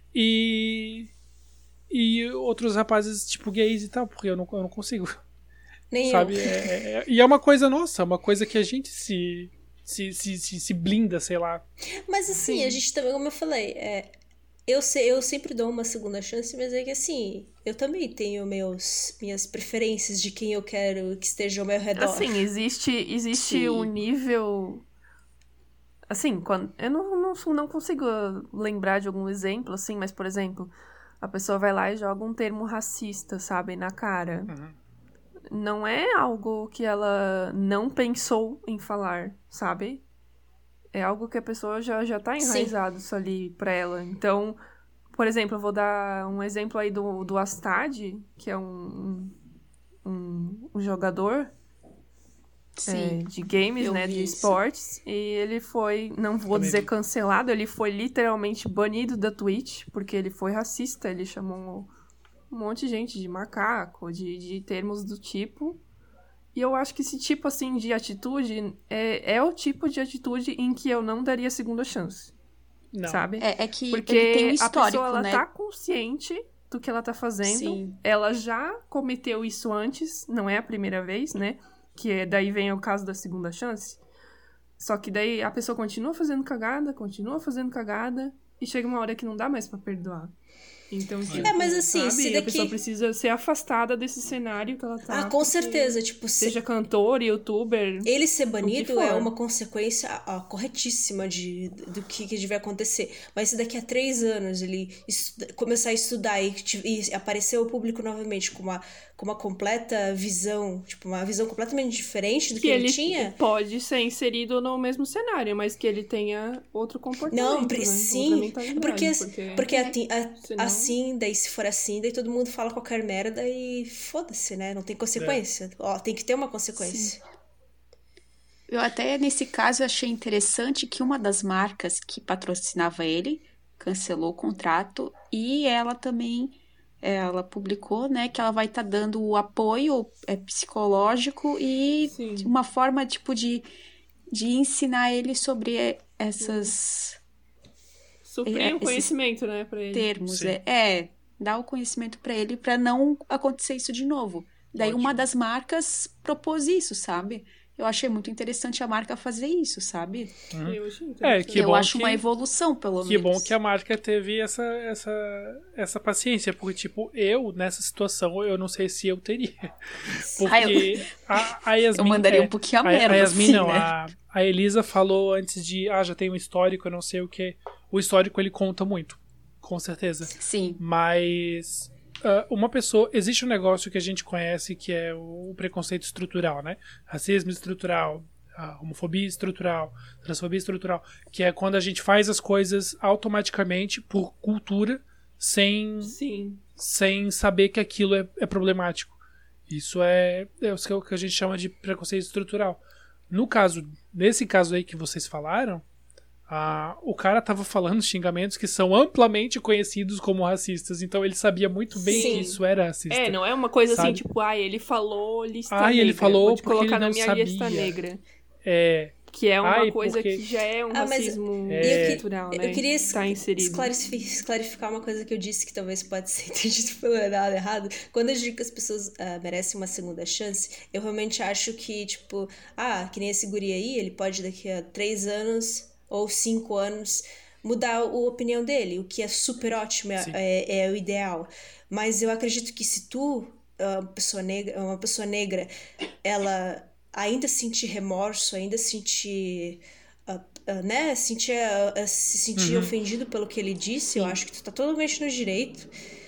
e... E outros rapazes, tipo, gays e tal, porque eu não, eu não consigo. Nem sabe? eu. É, é, e é uma coisa nossa, uma coisa que a gente se... Se, se, se, se blinda, sei lá. Mas assim, Sim. a gente também, como eu falei, é, eu, sei, eu sempre dou uma segunda chance, mas é que assim, eu também tenho meus, minhas preferências de quem eu quero que esteja ao meu redor. Assim, existe, existe um nível... Assim, quando, eu não, não, não consigo lembrar de algum exemplo, assim, mas, por exemplo, a pessoa vai lá e joga um termo racista, sabe, na cara. Uhum. Não é algo que ela não pensou em falar, sabe? É algo que a pessoa já, já tá enraizado isso ali pra ela. Então, por exemplo, eu vou dar um exemplo aí do, do Astad, que é um, um, um jogador é, de games, né, de esportes. E ele foi, não vou Também dizer vi. cancelado, ele foi literalmente banido da Twitch, porque ele foi racista, ele chamou... um monte de gente de macaco, de, de termos do tipo. E eu acho que esse tipo, assim, de atitude é, é o tipo de atitude em que eu não daria segunda chance. Não. Sabe? É, é que Porque ele tem um histórico, a pessoa, ela né? tá consciente do que ela tá fazendo. Sim. Ela já cometeu isso antes, não é a primeira vez, né? Que é, daí vem o caso da segunda chance. Só que daí a pessoa continua fazendo cagada, continua fazendo cagada, e chega uma hora que não dá mais pra perdoar. Então, tipo, É, mas assim, sabe? se A daqui... pessoa precisa ser afastada desse cenário que ela tá. Ah, com certeza, tipo... Se... Seja cantor, youtuber... Ele ser banido é uma consequência ó, corretíssima de, do que, que deve acontecer. Mas se daqui a três anos ele estuda, começar a estudar e, e aparecer ao público novamente com uma, com uma completa visão, tipo, uma visão completamente diferente do que, que ele, ele tinha... pode ser inserido no mesmo cenário, mas que ele tenha outro comportamento, Não, né? sim, porque, porque, porque é, a, senão... assim, daí se for assim, daí todo mundo fala qualquer merda e foda-se, né? Não tem consequência. É. Ó, tem que ter uma consequência. Sim. Eu até, nesse caso, achei interessante que uma das marcas que patrocinava ele cancelou o contrato e ela também, ela publicou, né, que ela vai estar tá dando o apoio é, psicológico e Sim. uma forma, tipo, de, de ensinar ele sobre essas... Suprir o conhecimento, né, pra ele. Termos, é, é, dar o conhecimento pra ele pra não acontecer isso de novo. Daí Ótimo. Uma das marcas propôs isso, sabe? Eu achei muito interessante a marca fazer isso, sabe? Uhum. Eu, é, que eu bom acho que, uma evolução, pelo que menos. Que bom que a marca teve essa, essa, essa paciência, porque, tipo, eu, nessa situação, eu não sei se eu teria. Porque ah, eu... a, a Yasmin... Eu mandaria é, um pouquinho a, a merda, A Yasmin assim, não, né? a, a Elisa falou antes de, ah, já tem um histórico, eu não sei o que. O histórico, ele conta muito, com certeza. Sim. Mas... Uh, uma pessoa... Existe um negócio que a gente conhece que é o preconceito estrutural, né? Racismo estrutural, a homofobia estrutural, transfobia estrutural, que é quando a gente faz as coisas automaticamente por cultura, sem, Sim. sem saber que aquilo é, é problemático. Isso é, é o que a gente chama de preconceito estrutural. No caso, nesse caso aí que vocês falaram, Ah, o cara tava falando xingamentos que são amplamente conhecidos como racistas, então ele sabia muito bem Sim. que isso era racista. É, não é uma coisa sabe? assim, tipo, ah, ele falou lista ah, negra, ele falou vou te porque colocar ele não na minha sabia. lista negra. É. Que é uma Ai, coisa porque... que já é um ah, racismo é... estrutural, né? Eu queria tá inserido. clarificar uma coisa que eu disse que talvez pode ser entendido pelo lado errado. Quando eu digo que as pessoas uh, merecem uma segunda chance, eu realmente acho que, tipo, ah, que nem esse guri aí, ele pode daqui a três anos ou cinco anos mudar a opinião dele, o que é super ótimo, é, é, é o ideal. Mas eu acredito que se tu, uma pessoa negra, uma pessoa negra, ela ainda sentir remorso, ainda sentir, uh, uh, né, sentir, uh, uh, se sentir uhum. ofendido pelo que ele disse, Sim. eu acho que tu tá totalmente no direito.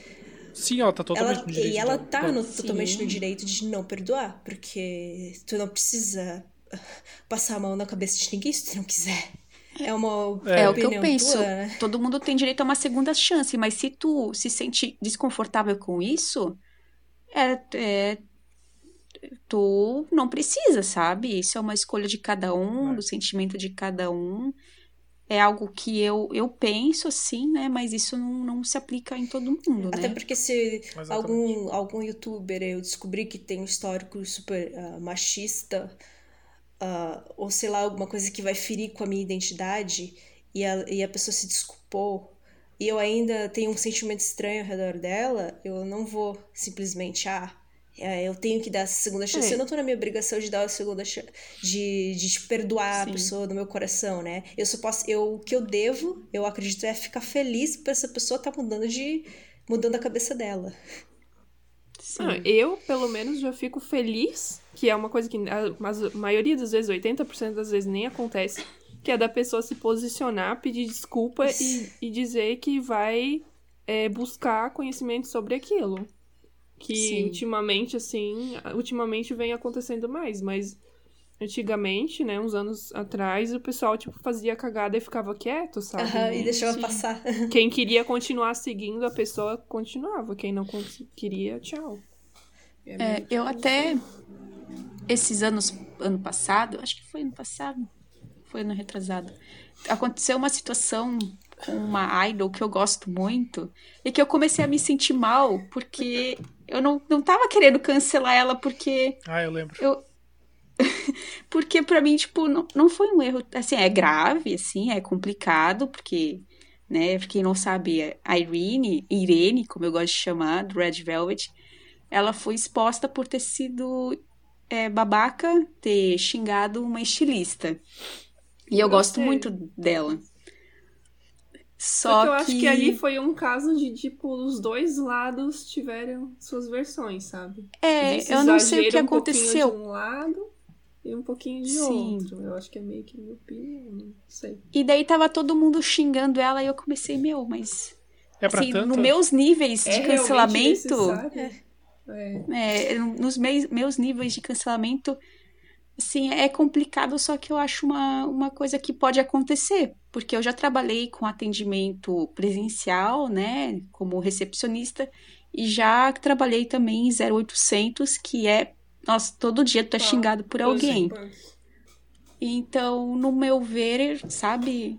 Sim, ela tá totalmente ela, no direito. E ela tá no, Sim. totalmente no direito de não perdoar, porque tu não precisa passar a mão na cabeça de ninguém se tu não quiser. É uma é, é o que eu penso. Tua, né? Todo mundo tem direito a uma segunda chance, mas se tu se sente desconfortável com isso, é, é, tu não precisa, sabe? Isso é uma escolha de cada um, é. do sentimento de cada um. É algo que eu, eu penso assim, né? Mas isso não, não se aplica em todo mundo, Até né? porque se algum, algum youtuber eu descobrir que tem um histórico super uh, machista... Uh, ou sei lá, alguma coisa que vai ferir com a minha identidade e a, e a pessoa se desculpou e eu ainda tenho um sentimento estranho ao redor dela, eu não vou simplesmente, ah, eu tenho que dar essa segunda chance. É. Eu não tô na minha obrigação de dar a segunda chance, de, de perdoar Sim. a pessoa do meu coração, né? Eu só posso, eu, o que eu devo, eu acredito, é ficar feliz por essa pessoa estar tá mudando, de, mudando a cabeça dela. Ah, eu, pelo menos, já fico feliz, que é uma coisa que a, a maioria das vezes, oitenta por cento das vezes nem acontece, que é da pessoa se posicionar, pedir desculpa e, e dizer que vai é, buscar conhecimento sobre aquilo. Que Sim. ultimamente, assim, ultimamente vem acontecendo mais, mas antigamente, né, uns anos atrás, o pessoal, tipo, fazia cagada e ficava quieto, sabe? Uhum, e deixava passar. Quem queria continuar seguindo, a pessoa continuava. Quem não queria, tchau. É, eu até, esses anos, ano passado, acho que foi ano passado, foi ano retrasado, aconteceu uma situação com uma idol que eu gosto muito e que eu comecei a me sentir mal, porque eu não, não tava querendo cancelar ela, porque... Ah, eu lembro. Eu, porque pra mim, tipo, não, não foi um erro, assim, é grave, assim, é complicado, porque, né, pra quem não sabe, a Irene, Irene, como eu gosto de chamar, do Red Velvet, ela foi exposta por ter sido é, babaca, ter xingado uma estilista. E eu, eu gosto sei. muito dela. Só, Só que eu que... acho que ali foi um caso de, tipo, os dois lados tiveram suas versões, sabe? É, Existe eu não sei o que exagero um aconteceu. pouquinho de um lado e um pouquinho de Sim. outro. Eu acho que é meio que minha opinião, não sei. E daí tava todo mundo xingando ela e eu comecei, meu, mas... É pra assim, tanto? nos meus níveis É de realmente cancelamento... necessário? É. É, nos meus, meus níveis de cancelamento, assim, é complicado, só que eu acho uma, uma coisa que pode acontecer, porque eu já trabalhei com atendimento presencial, né, como recepcionista, e já trabalhei também em zero oitocentos, que é, nossa, todo dia tu tá xingado por alguém. Então, no meu ver, sabe,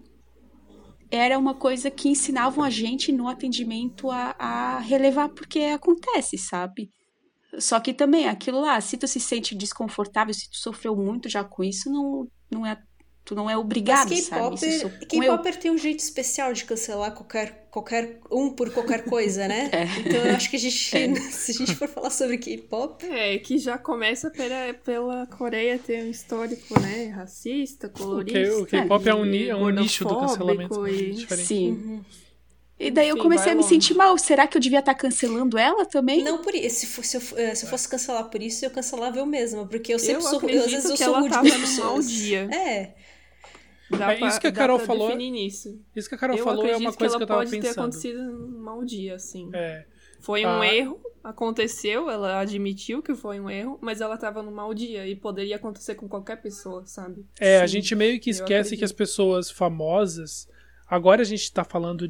era uma coisa que ensinavam a gente no atendimento a, a relevar, porque acontece, sabe? Só que também, aquilo lá, se tu se sente desconfortável, se tu sofreu muito já com isso, não, não é, tu não é obrigado, Mas sabe? Isso sou K-Popper, com eu. K-Popper tem um jeito especial de cancelar qualquer, qualquer um por qualquer coisa, né? É. Então eu acho que a gente, É. se a gente for falar sobre K-pop... É, que já começa pela, pela Coreia ter um histórico, né, racista, O colorista. K- o K-pop é um, ni- é um nicho do gordofóbico cancelamento, né? e- Diferente. Sim. Uhum. E daí eu Enfim, comecei vai a me longe. sentir mal. Será que eu devia estar cancelando ela também? Não por isso. Se, for- se, eu, eh, se eu fosse cancelar por isso, eu cancelava eu mesma. Porque eu sempre Eu sou rude. acredito Às vezes eu que sou ela rude tava com as num pessoas. mau dia. É. Dá É, pra, isso que a dá Carol pra falou- definir isso. Isso que a Carol eu falou é acredito uma coisa que, que eu ela tava pode ter pensando. acontecido num mau dia, assim. É, Foi um Ah. erro, aconteceu, ela admitiu que foi um erro, mas ela tava num mau dia e poderia acontecer com qualquer pessoa, sabe? é a Sim, gente meio que eu esquece que acredito. as pessoas famosas. Agora a gente tá falando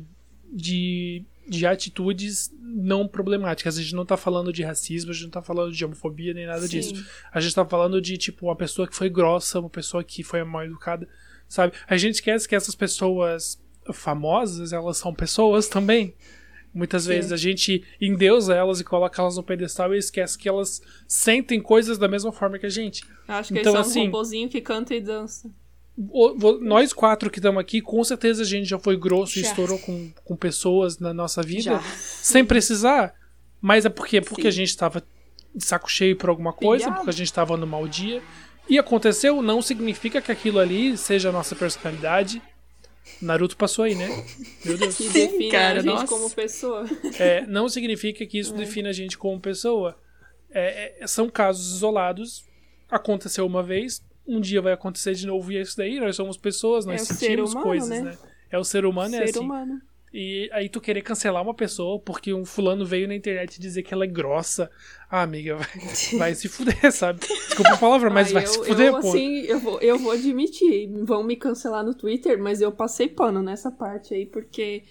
de, de atitudes não problemáticas. A gente não tá falando de racismo, a gente não tá falando de homofobia nem nada Sim. disso. A gente tá falando de, tipo, uma pessoa que foi grossa, uma pessoa que foi mal educada, sabe? A gente esquece que essas pessoas famosas, elas são pessoas também. Muitas Sim. vezes a gente endeusa elas e coloca elas no pedestal e esquece que elas sentem coisas da mesma forma que a gente. Acho que Então, eles são assim- um robozinho que canta e dança. O- vo- nós quatro que estamos aqui, com certeza a gente já foi grosso e Já. estourou com, com pessoas na nossa vida, Já. sem precisar. Mas é porque, porque Sim. a gente estava de saco cheio por alguma coisa, Pilhado. porque a gente estava no mau dia. E aconteceu, não significa que aquilo ali seja a nossa personalidade. Naruto passou aí, né? Meu Deus. Que Sim, define cara, a gente nossa. como pessoa. É, não significa que isso define a gente como pessoa. É, é, são casos isolados. Aconteceu uma vez, um dia vai acontecer de novo e é isso daí. Nós somos pessoas, nós É o ser sentimos humano, coisas, né? né? É o ser humano, é Ser assim. humano. E aí tu querer cancelar uma pessoa porque um fulano veio na internet dizer que ela é grossa. Ah, amiga, vai, vai se fuder, sabe? Desculpa a palavra, mas Ai, vai eu, se fuder, eu, pô. assim, eu vou, eu vou admitir, vão me cancelar no Twitter, mas eu passei pano nessa parte aí, porque,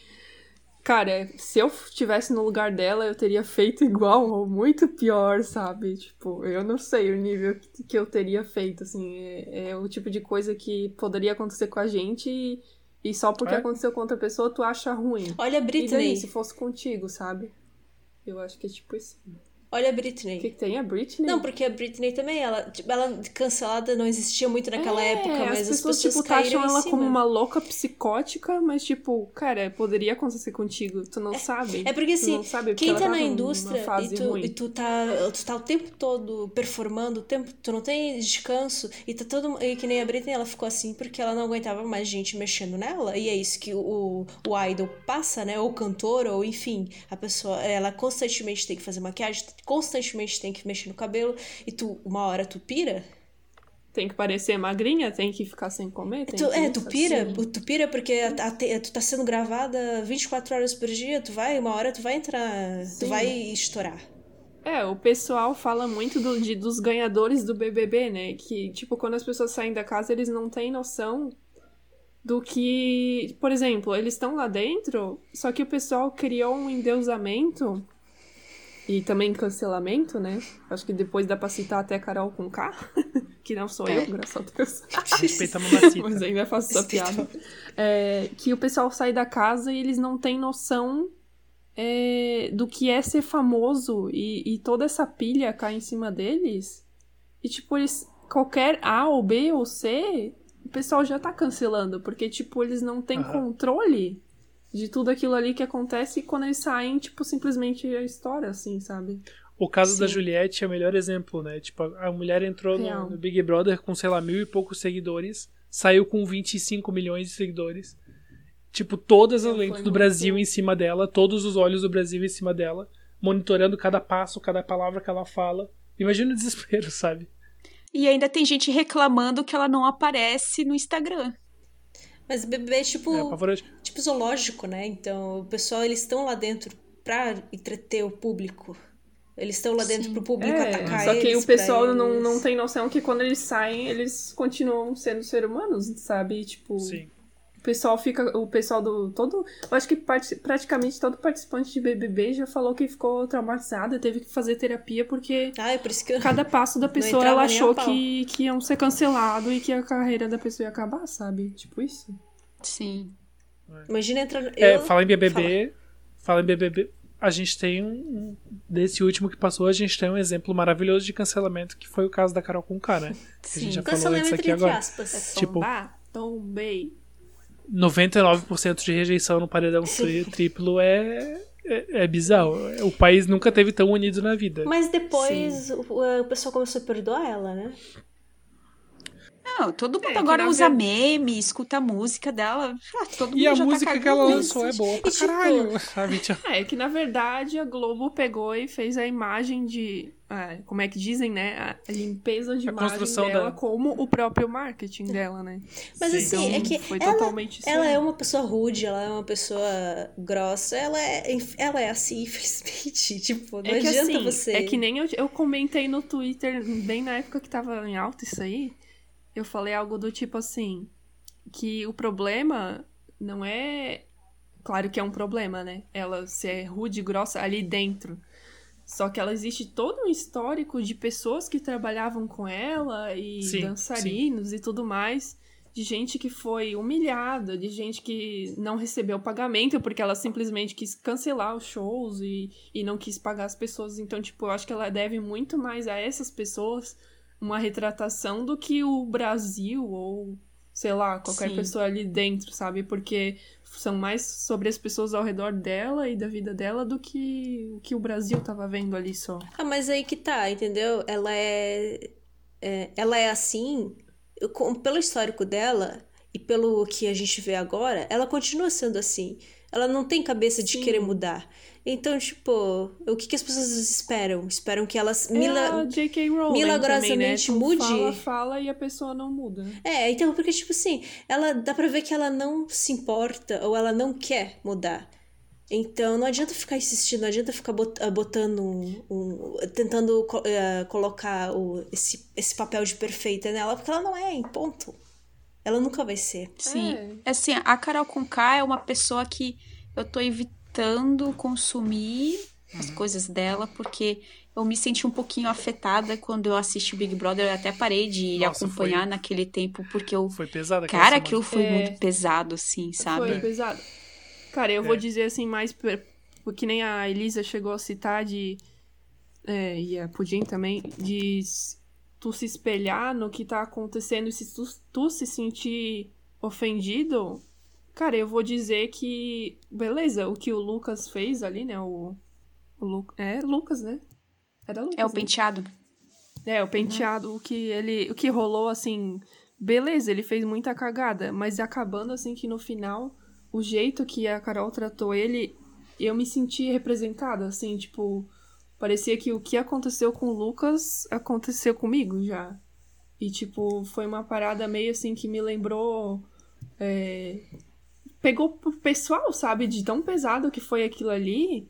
cara, se eu estivesse no lugar dela, eu teria feito igual ou muito pior, sabe? Tipo, eu não sei o nível que, que eu teria feito, assim, é, é o tipo de coisa que poderia acontecer com a gente e, e só porque É. aconteceu com outra pessoa, tu acha ruim. Olha a E Britney. daí, se fosse contigo, sabe? Eu acho que é tipo isso. Olha a O Britney. que, que tem? A Britney? Não, porque a Britney também, ela, tipo, ela cancelada não existia muito naquela É, época, mas as as pessoas, pessoas tipo, caíram taxam em ela cima. como uma louca psicótica, mas, tipo, cara, poderia acontecer contigo. Tu não sabe. É porque, Tu assim, não sabe, porque quem ela tá tava na numa indústria fase e, tu, ruim. e tu, tá, tu tá o tempo todo performando, o tempo, tu não tem descanso, e tá todo e que nem a Britney, ela ficou assim porque ela não aguentava mais gente mexendo nela, e é isso que o, o idol passa, né, ou o cantor, ou enfim, a pessoa, ela constantemente tem que fazer maquiagem, constantemente tem que mexer no cabelo, e tu, uma hora tu pira, Tem que parecer magrinha, tem que ficar sem comer. Tem tu, que é, isso, tu pira, assim. tu pira porque a- a te- tu tá sendo gravada vinte e quatro horas por dia, tu vai, uma hora tu vai entrar, tu Sim. vai estourar. É, o pessoal fala muito do, de, dos ganhadores do B B B, né? Que, tipo, quando as pessoas saem da casa, eles não têm noção do que... Por exemplo, eles estão lá dentro, só que o pessoal criou um endeusamento e também cancelamento, né? Acho que depois dá pra citar até Carol com K, que não sou É. eu, graças a Deus. Respeita a mamacita. Mas ainda faço essa piada. É, que o pessoal sai da casa e eles não têm noção é, do que é ser famoso e, e toda essa pilha cai em cima deles. E, tipo, eles, qualquer A ou B ou C, o pessoal já tá cancelando, porque, tipo, eles não têm Aham. controle de tudo aquilo ali que acontece e quando eles saem, tipo, simplesmente a história, assim, sabe? O caso da Sim. Juliette é o melhor exemplo, né? Tipo, a a mulher entrou no, Real. no Big Brother com, sei lá, mil e poucos seguidores, saiu com vinte e cinco milhões de seguidores. tipo, todas as Foi lentes do muito- Brasil em cima dela, todos os olhos do Brasil em cima dela, monitorando cada passo, cada palavra que ela fala. Imagina o desespero, sabe? E ainda tem gente reclamando que ela não aparece no Instagram. Mas B B B é tipo, É apavorante. tipo zoológico, né? Então, o pessoal, eles estão lá dentro pra entreter o público. Eles estão lá dentro Sim. pro público É, atacar só que eles. o pessoal pra não, eles- não tem noção que quando eles saem, eles continuam sendo seres humanos, sabe? Tipo, Sim. o pessoal fica. O pessoal do. Todo. Eu acho que part- praticamente todo participante de B B B já falou que ficou traumatizado, teve que fazer terapia, porque Ah, é por isso que eu... cada passo da pessoa entrava ela nem a achou pau. que, que iam ser cancelados e que a carreira da pessoa ia acabar, sabe? Tipo isso. Sim. Imagina entrar... É, eu- fala em B B B, fala em B B B, a gente tem um, um- desse último que passou, a gente tem um exemplo maravilhoso de cancelamento, que foi o caso da Carol Conká, né? Que a gente Sim. já falou antes Cancelamento aqui entre agora. aspas. Tipo- Tombar, tombei. noventa e nove por cento de rejeição no paredão tri- triplo é, é, é bizarro. O país nunca teve tão unido na vida. Mas depois o, o pessoal começou a perdoar ela, né? Não, todo mundo É, que agora na usa ver- meme, escuta a música dela. Ah, todo mundo E a já música tá que ela cagando lançou é nisso. boa pra E, tipo, caralho. Sabe? Tipo, É, que na verdade a Globo pegou e fez a imagem de. ah, como é que dizem, né? A limpeza de A imagem construção dela da- como o próprio marketing dela, né? Mas Sim. assim, Então, é que foi ela, totalmente isso ela aí. é uma pessoa rude, ela é uma pessoa grossa, ela é, ela é assim, infelizmente. Tipo, não É que adianta assim, você. é que nem eu, eu comentei no Twitter, bem na época que tava em alta isso aí, eu falei algo do tipo assim, que o problema não é... Claro que é um problema, né? Ela ser rude e grossa ali dentro. Só que ela existe todo um histórico de pessoas que trabalhavam com ela e Sim, dançarinos e tudo mais, de gente que foi humilhada, de gente que não recebeu pagamento porque ela simplesmente quis cancelar os shows e, e não quis pagar as pessoas. Então, tipo, eu acho que ela deve muito mais a essas pessoas uma retratação do que o Brasil ou, sei lá, qualquer Sim. pessoa ali dentro, sabe? Porque são mais sobre as pessoas ao redor dela e da vida dela do que o que o Brasil tava vendo ali só. Ah, mas aí que tá, entendeu? Ela é. é, ela é assim, eu- com- pelo histórico dela e pelo que a gente vê agora, ela continua sendo assim. Ela não tem cabeça de Sim. querer mudar. Então, tipo, o que, que as pessoas esperam? Esperam que elas. É Mila... a J K. Rowling milagrosamente também, né? Tu mude. Fala, fala e a pessoa não muda. É, então, porque, tipo assim, ela dá pra ver que ela não se importa ou ela não quer mudar. Então, não adianta ficar insistindo, não adianta ficar bot- ah, botando um. um- tentando co- eh, colocar o, esse, esse papel de perfeita nela, porque ela não é, em ponto. Ela nunca vai ser. Sim. É. Assim, a Carol Conká é uma pessoa que eu tô evitando consumir as coisas dela, porque eu me senti um pouquinho afetada quando eu assisti o Big Brother. Eu até parei de Nossa, acompanhar foi- naquele tempo, porque eu. Foi pesado aquela Cara, semana. aquilo foi É. muito pesado, assim, sabe? Foi pesado. Cara, eu vou É. dizer assim, mais per- que nem a Elisa chegou a citar de. É, e a Pudim também, de s- tu se espelhar no que tá acontecendo e se tu, tu se sentir ofendido. Cara, eu vou dizer que. Beleza, o que o Lucas fez ali, né? O. o Lu, é, Lucas, né? Era Lucas. É o né? penteado. É, o penteado, o que ele, o que rolou assim, beleza, ele fez muita cagada, mas acabando assim que no final, o jeito que a Carol tratou ele, eu me senti representada, assim, tipo, parecia que o que aconteceu com o Lucas aconteceu comigo já. E tipo, foi uma parada meio assim que me lembrou é, pegou pro pessoal, sabe, de tão pesado que foi aquilo ali,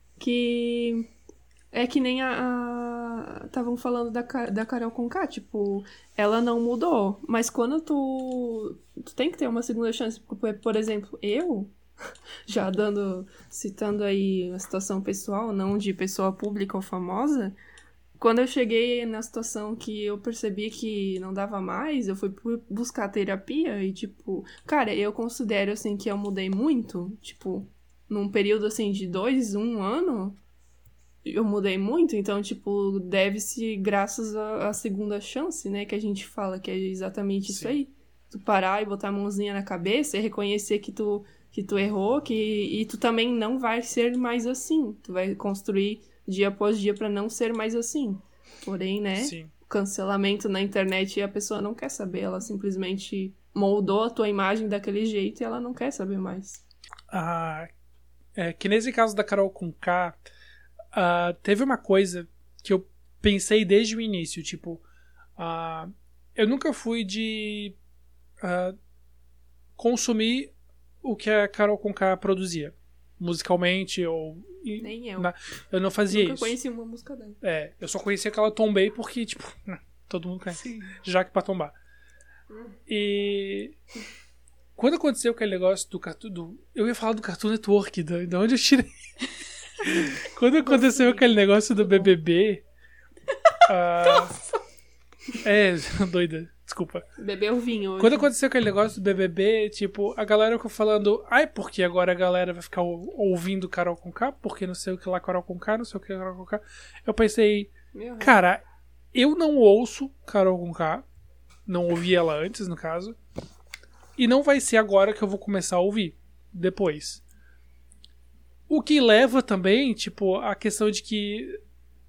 que é que nem a. Estavam falando da, Ca- da Carol Conká, tipo, ela não mudou. Mas quando tu. Tu tem que ter uma segunda chance. Por, por exemplo, eu, já dando. Citando aí a situação pessoal, não de pessoa pública ou famosa. Quando eu cheguei na situação que eu percebi que não dava mais, eu fui pu- buscar terapia e, tipo, cara, eu considero, assim, que eu mudei muito. Tipo, num período, assim, de dois, um ano, eu mudei muito. Então, tipo, deve-se graças à à segunda chance, né? Que a gente fala, que é exatamente isso Sim. aí. Tu parar e botar a mãozinha na cabeça e reconhecer que tu, que tu errou, que, e tu também não vai ser mais assim. Tu vai construir dia após dia pra não ser mais assim. Porém, né? Sim. Cancelamento na internet e a pessoa não quer saber, ela simplesmente moldou a tua imagem daquele jeito e ela não quer saber mais. Ah, é, que nesse caso da Carol Conká, ah, teve uma coisa que eu pensei desde o início, tipo, ah, eu nunca fui de ah, consumir o que a Carol Conká produzia, musicalmente ou... Nem eu. Na, eu não fazia Nunca isso. conheci uma música dela. É, eu só conhecia aquela Tombei porque, tipo, todo mundo conhece Jaque pra tombar. E quando aconteceu aquele negócio do Cartoon... Do, eu ia falar do Cartoon Network, de, de onde eu tirei? Quando aconteceu aquele negócio do B B B... Uh, é, doida, desculpa. Bebeu vinho hoje. Quando aconteceu aquele negócio do B B B, tipo, a galera ficou falando, ai, porque agora a galera vai ficar ouvindo Carol Conká, porque não sei o que lá Carol Conká, não sei o que lá Carol Conká. Eu pensei, cara, eu não ouço Carol Conká, não ouvi ela antes, no caso, e não vai ser agora que eu vou começar a ouvir, depois. O que leva também, tipo, a questão de que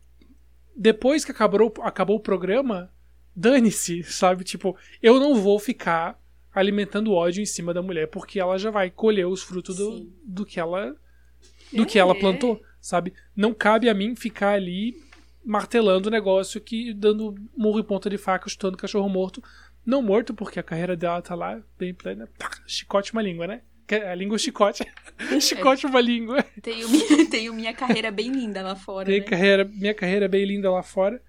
depois que acabou, acabou o programa, dane-se, sabe? Tipo, eu não vou ficar alimentando ódio em cima da mulher, porque ela já vai colher os frutos do, do que ela do é, que ela plantou, é. sabe? Não cabe a mim ficar ali martelando o negócio, que dando murro e ponta de faca, chutando cachorro morto. Não morto, porque a carreira dela tá lá bem plena. Pá, chicote uma língua, né? A língua chicote. Chicote uma língua. Tenho minha, tenho minha carreira bem linda lá fora, Tenho né? carreira, minha carreira bem linda lá fora.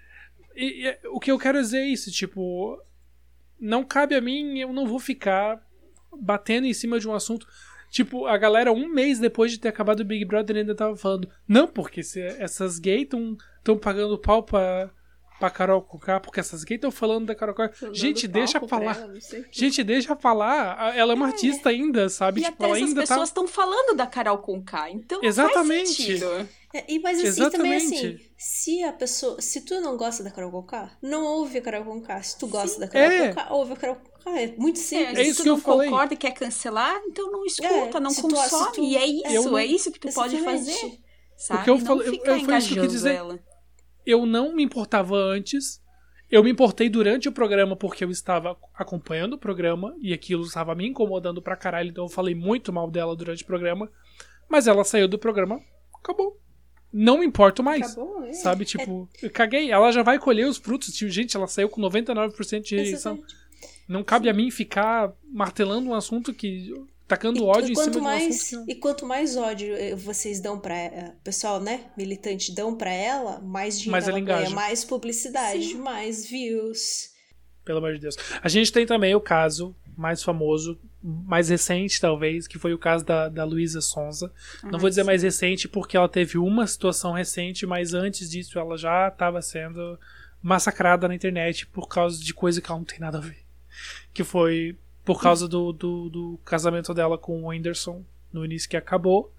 E, e o que eu quero dizer é isso, tipo, não cabe a mim, eu não vou ficar batendo em cima de um assunto. Tipo, a galera um mês depois de ter acabado o Big Brother ainda tava falando, não, porque se essas gays estão pagando pau pra, pra Carol Conká, porque essas gays estão falando da Carol Conká. Gente, deixa falar. Ela, Gente, deixa falar. Ela é uma é. artista ainda, sabe? E tipo, até ela essas ainda pessoas estão tá... falando da Carol Conká, então Exatamente. faz sentido. É, e, mas assim, também assim, se a pessoa, se tu não gosta da Carol Conká, não ouve a Carol Conká. Se tu gosta Sim. da Carol é. Conká, ouve a Carol Conká. É muito simples. É, é isso se tu que não eu falei. concorda e quer cancelar, então não escuta, é, não consome. Tu, tu, e é isso, não, é isso que tu pode fazer. Sabe? O que eu não falei, ficar eu, foi isso que eu quis dizer. Ela. Eu não me importava antes. Eu me importei durante o programa porque eu estava acompanhando o programa e aquilo estava me incomodando pra caralho, então eu falei muito mal dela durante o programa. Mas ela saiu do programa, acabou. Não me importo mais. Acabou, é. Sabe, tipo, é. eu caguei. Ela já vai colher os frutos. Tipo, gente, ela saiu com noventa e nove por cento de rejeição. Não cabe Sim. a mim ficar martelando um assunto que... tacando e, ódio e em cima mais, de um assunto que... E quanto mais ódio vocês dão pra... pessoal, né? Militante dão pra ela, mais dinheiro mais ela, ela ganha, mais publicidade, Sim. mais views. Pelo amor de Deus. A gente tem também o caso mais famoso, mais recente talvez, que foi o caso da, da Luísa Sonza. Ah, Não vou dizer sim. mais recente porque ela teve uma situação recente, mas antes disso ela já estava sendo massacrada na internet por causa de coisa que ela não tem nada a ver. Que foi por causa do, do, do casamento dela com o Whindersson no início, que acabou.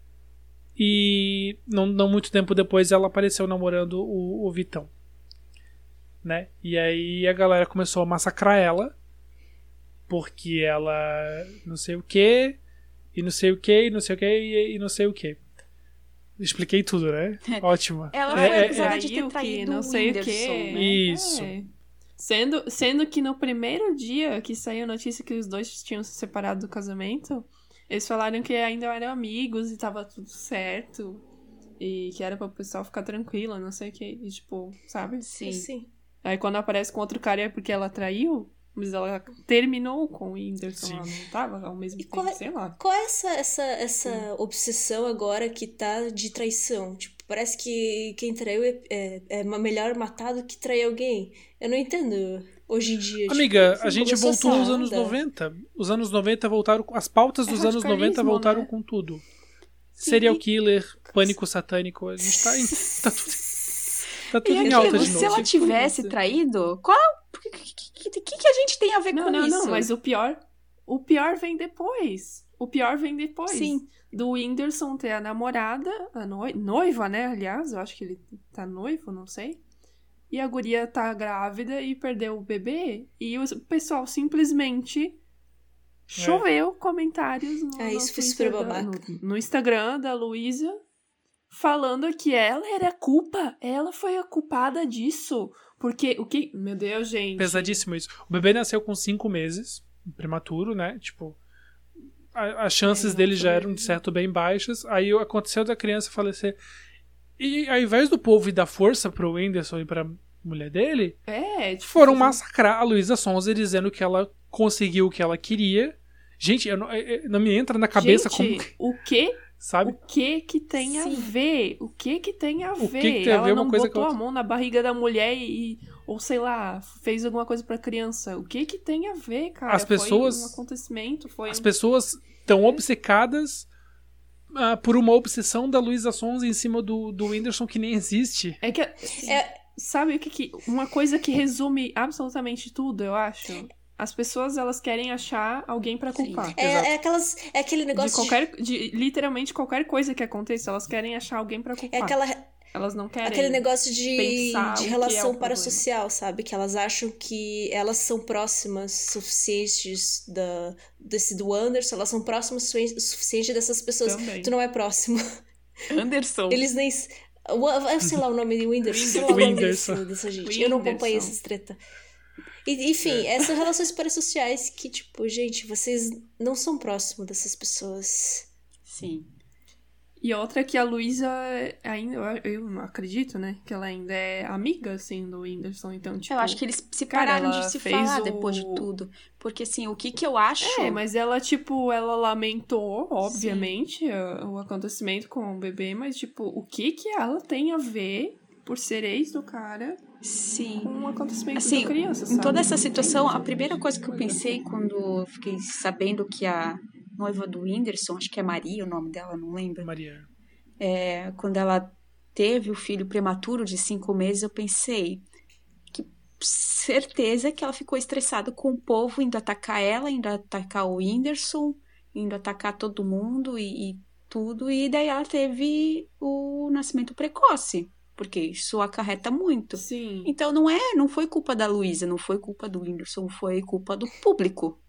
E não, não muito tempo depois ela apareceu namorando o, o Vitão. Né? E aí a galera começou a massacrar ela porque ela não sei o que e não sei o que e não sei o que e, e não sei o que. Expliquei tudo, né? Ótimo. Ela foi é, acusada é, de ter traído não sei o que. Né? Isso. É. Sendo, sendo que no primeiro dia que saiu a notícia que os dois tinham se separado do casamento, eles falaram que ainda eram amigos e tava tudo certo. E que era pra o pessoal ficar tranquila, não sei o que. E tipo, sabe? Sim. Sim. Aí quando aparece com outro cara é porque ela traiu, mas ela terminou com o Whindersson, ela não tava ao mesmo e tempo, qual, sei lá. Qual é essa, essa, essa obsessão agora que tá de traição? Tipo, parece que quem traiu é, é, é melhor matar do que trair alguém. Eu não entendo hoje em dia. Amiga, tipo, a gente voltou aos anos noventa. Os anos noventa voltaram... As pautas dos é anos noventa voltaram, né? Com tudo. Sim. Serial killer, pânico satânico. A gente tá em... Tá tudo... Tá tudo em alta de novo. Se ela tivesse traído, qual... O que, que, que, que a gente tem a ver não, com não, isso? Não, não, mas o pior... O pior vem depois. O pior vem depois. Sim. Do Whindersson ter a namorada, a noi- noiva, né? Aliás, eu acho que ele tá noivo, não sei. E a guria tá grávida e perdeu o bebê. E o pessoal simplesmente choveu é. comentários no, é, isso no, foi super babaca. No, no Instagram da Luísa, falando que ela era a culpa. Ela foi a culpada disso. Porque o que... Meu Deus, gente. Pesadíssimo isso. O bebê nasceu com cinco meses. prematuro, né? Tipo, a, as chances É, dele já eram, de mesmo. certo, bem baixas. Aí aconteceu da criança falecer. E ao invés do povo ir dar força pro Whindersson e pra mulher dele, É, tipo, foram fazer- massacrar a Luísa Sonza dizendo que ela conseguiu o que ela queria. Gente, eu não, eu- não me entra na cabeça Gente, como... o que Sabe? O que que tem a Sim. ver? O que que tem a O que ver? que tem a Ela ver uma não coisa com botou a a outra? mão na barriga da mulher e, ou sei lá, fez alguma coisa pra criança. O que que tem a ver, cara? As pessoas- Foi um acontecimento, foi As um... pessoas estão obcecadas ah, por uma obsessão da Luísa Sonza em cima do, do Whindersson que nem existe. É que, é, sabe o que que... Uma coisa que resume absolutamente tudo, eu acho. As pessoas, elas querem achar alguém pra Sim. culpar. É, Exato. é aquelas. É aquele De negócio. de- qualquer... De, literalmente qualquer coisa que aconteça, elas querem achar alguém pra é culpar. aquela, Elas não querem... aquele negócio de, pensar o de que é relação o problema. parasocial, sabe? Que elas acham que elas são próximas suficientes da, desse do Anderson, elas são próximas o sufi- o suficiente dessas pessoas. Também. Tu não é próximo. Anderson. Eles nem. o- Eu sei lá o nome de Whindersson. Sei lá o nome Whindersson. desse- dessa gente. Eu não acompanho Whindersson. essas treta. E, enfim, É. essas relações parasociais que, tipo, gente, vocês não são próximos dessas pessoas. Sim. E outra que a Luísa ainda, eu eu não acredito, né? Que ela ainda é amiga, assim, do Whindersson. Então, tipo... Eu acho que eles se cara, pararam ela de se fez falar o- depois de tudo. Porque, assim, o que que eu acho... É, mas ela, tipo, ela lamentou, obviamente, o, o acontecimento com o bebê. Mas, tipo, o que que ela tem a ver, por ser ex do cara, Sim. com o acontecimento Assim, da criança, em sabe? toda essa Não tem situação, a sentido. primeira coisa que eu pensei quando eu fiquei sabendo que a noiva do Whindersson, acho que é Maria o nome dela, não lembro, Maria. é, quando ela teve o filho prematuro de cinco meses, eu pensei que certeza que ela ficou estressada com o povo indo atacar ela, indo atacar o Whindersson, indo atacar todo mundo e, e tudo, e daí ela teve o nascimento precoce, porque isso acarreta muito. Sim. Então não é, não foi culpa da Luísa, não foi culpa do Whindersson, foi culpa do público,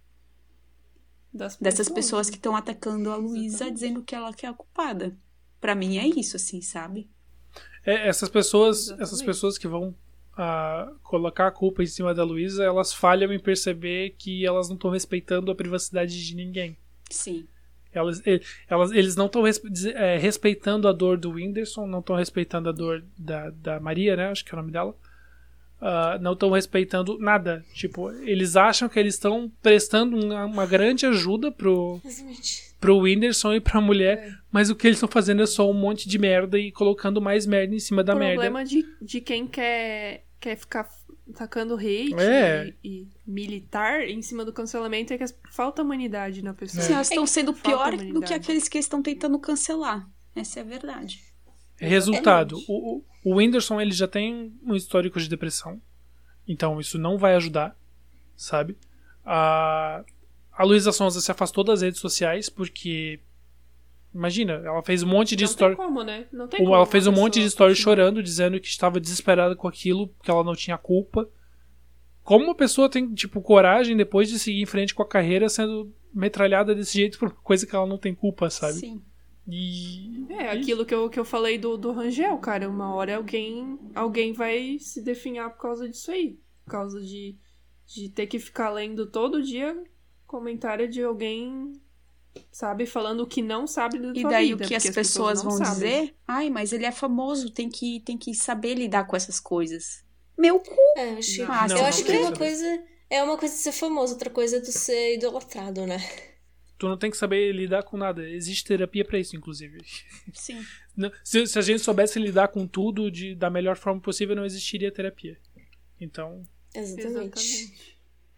Das dessas pessoas né? que estão atacando a Luísa, Exatamente. dizendo que ela que é a culpada. Pra mim é isso, assim, sabe? É, essas pessoas, Exatamente. essas pessoas que vão ah, colocar a culpa em cima da Luísa, elas falham em perceber que elas não estão respeitando a privacidade de ninguém. Sim. Elas, e- elas, eles não estão respeitando a dor do Whindersson, não estão respeitando a dor da, da Maria, né? Acho que é o nome dela. Ah, não estão respeitando nada. Tipo, eles acham que eles estão prestando uma, uma grande ajuda pro, Exatamente. pro Whindersson e pra mulher, mas o que eles estão fazendo é só um monte de merda e colocando mais merda em cima da O merda. problema de, de quem quer, quer ficar tacando hate É. e, e militar em cima do cancelamento é que falta humanidade na pessoa. Sim, elas estão sendo falta pior do humanidade. que aqueles que estão tentando cancelar. Essa é a verdade. Resultado, Exatamente. o, o o Whindersson ele já tem um histórico de depressão, então isso não vai ajudar, sabe? A, a Luísa Sonza se afastou das redes sociais porque, imagina, ela fez um monte de Não story, tem como, né? Não tem ou como ela fez um uma monte de pessoa story continuar. chorando, dizendo que estava desesperada com aquilo, que ela não tinha culpa. Como uma pessoa tem, tipo, coragem depois de seguir em frente com a carreira sendo metralhada desse jeito por coisa que ela não tem culpa, sabe? Sim. E... É, aquilo que eu, que eu falei do, do Rangel, cara. Uma hora alguém, alguém vai se definhar por causa disso aí. Por causa de, de ter que ficar lendo todo dia comentário de alguém, sabe, falando o que não sabe da E tua daí vida. o que as porque pessoas não vão sabem. dizer? Ai, mas ele é famoso, tem que, tem que saber lidar com essas coisas. Meu cu! É, eu acho, Não, Ah, eu não, acho não que tem é uma que coisa. É uma coisa de ser famoso, outra coisa é tu ser idolatrado, né? Tu não tem que saber lidar com nada. Existe terapia pra isso, inclusive. Sim. Não- Se, se a gente soubesse lidar com tudo de, da melhor forma possível, não existiria terapia. Então, Exatamente. Exatamente.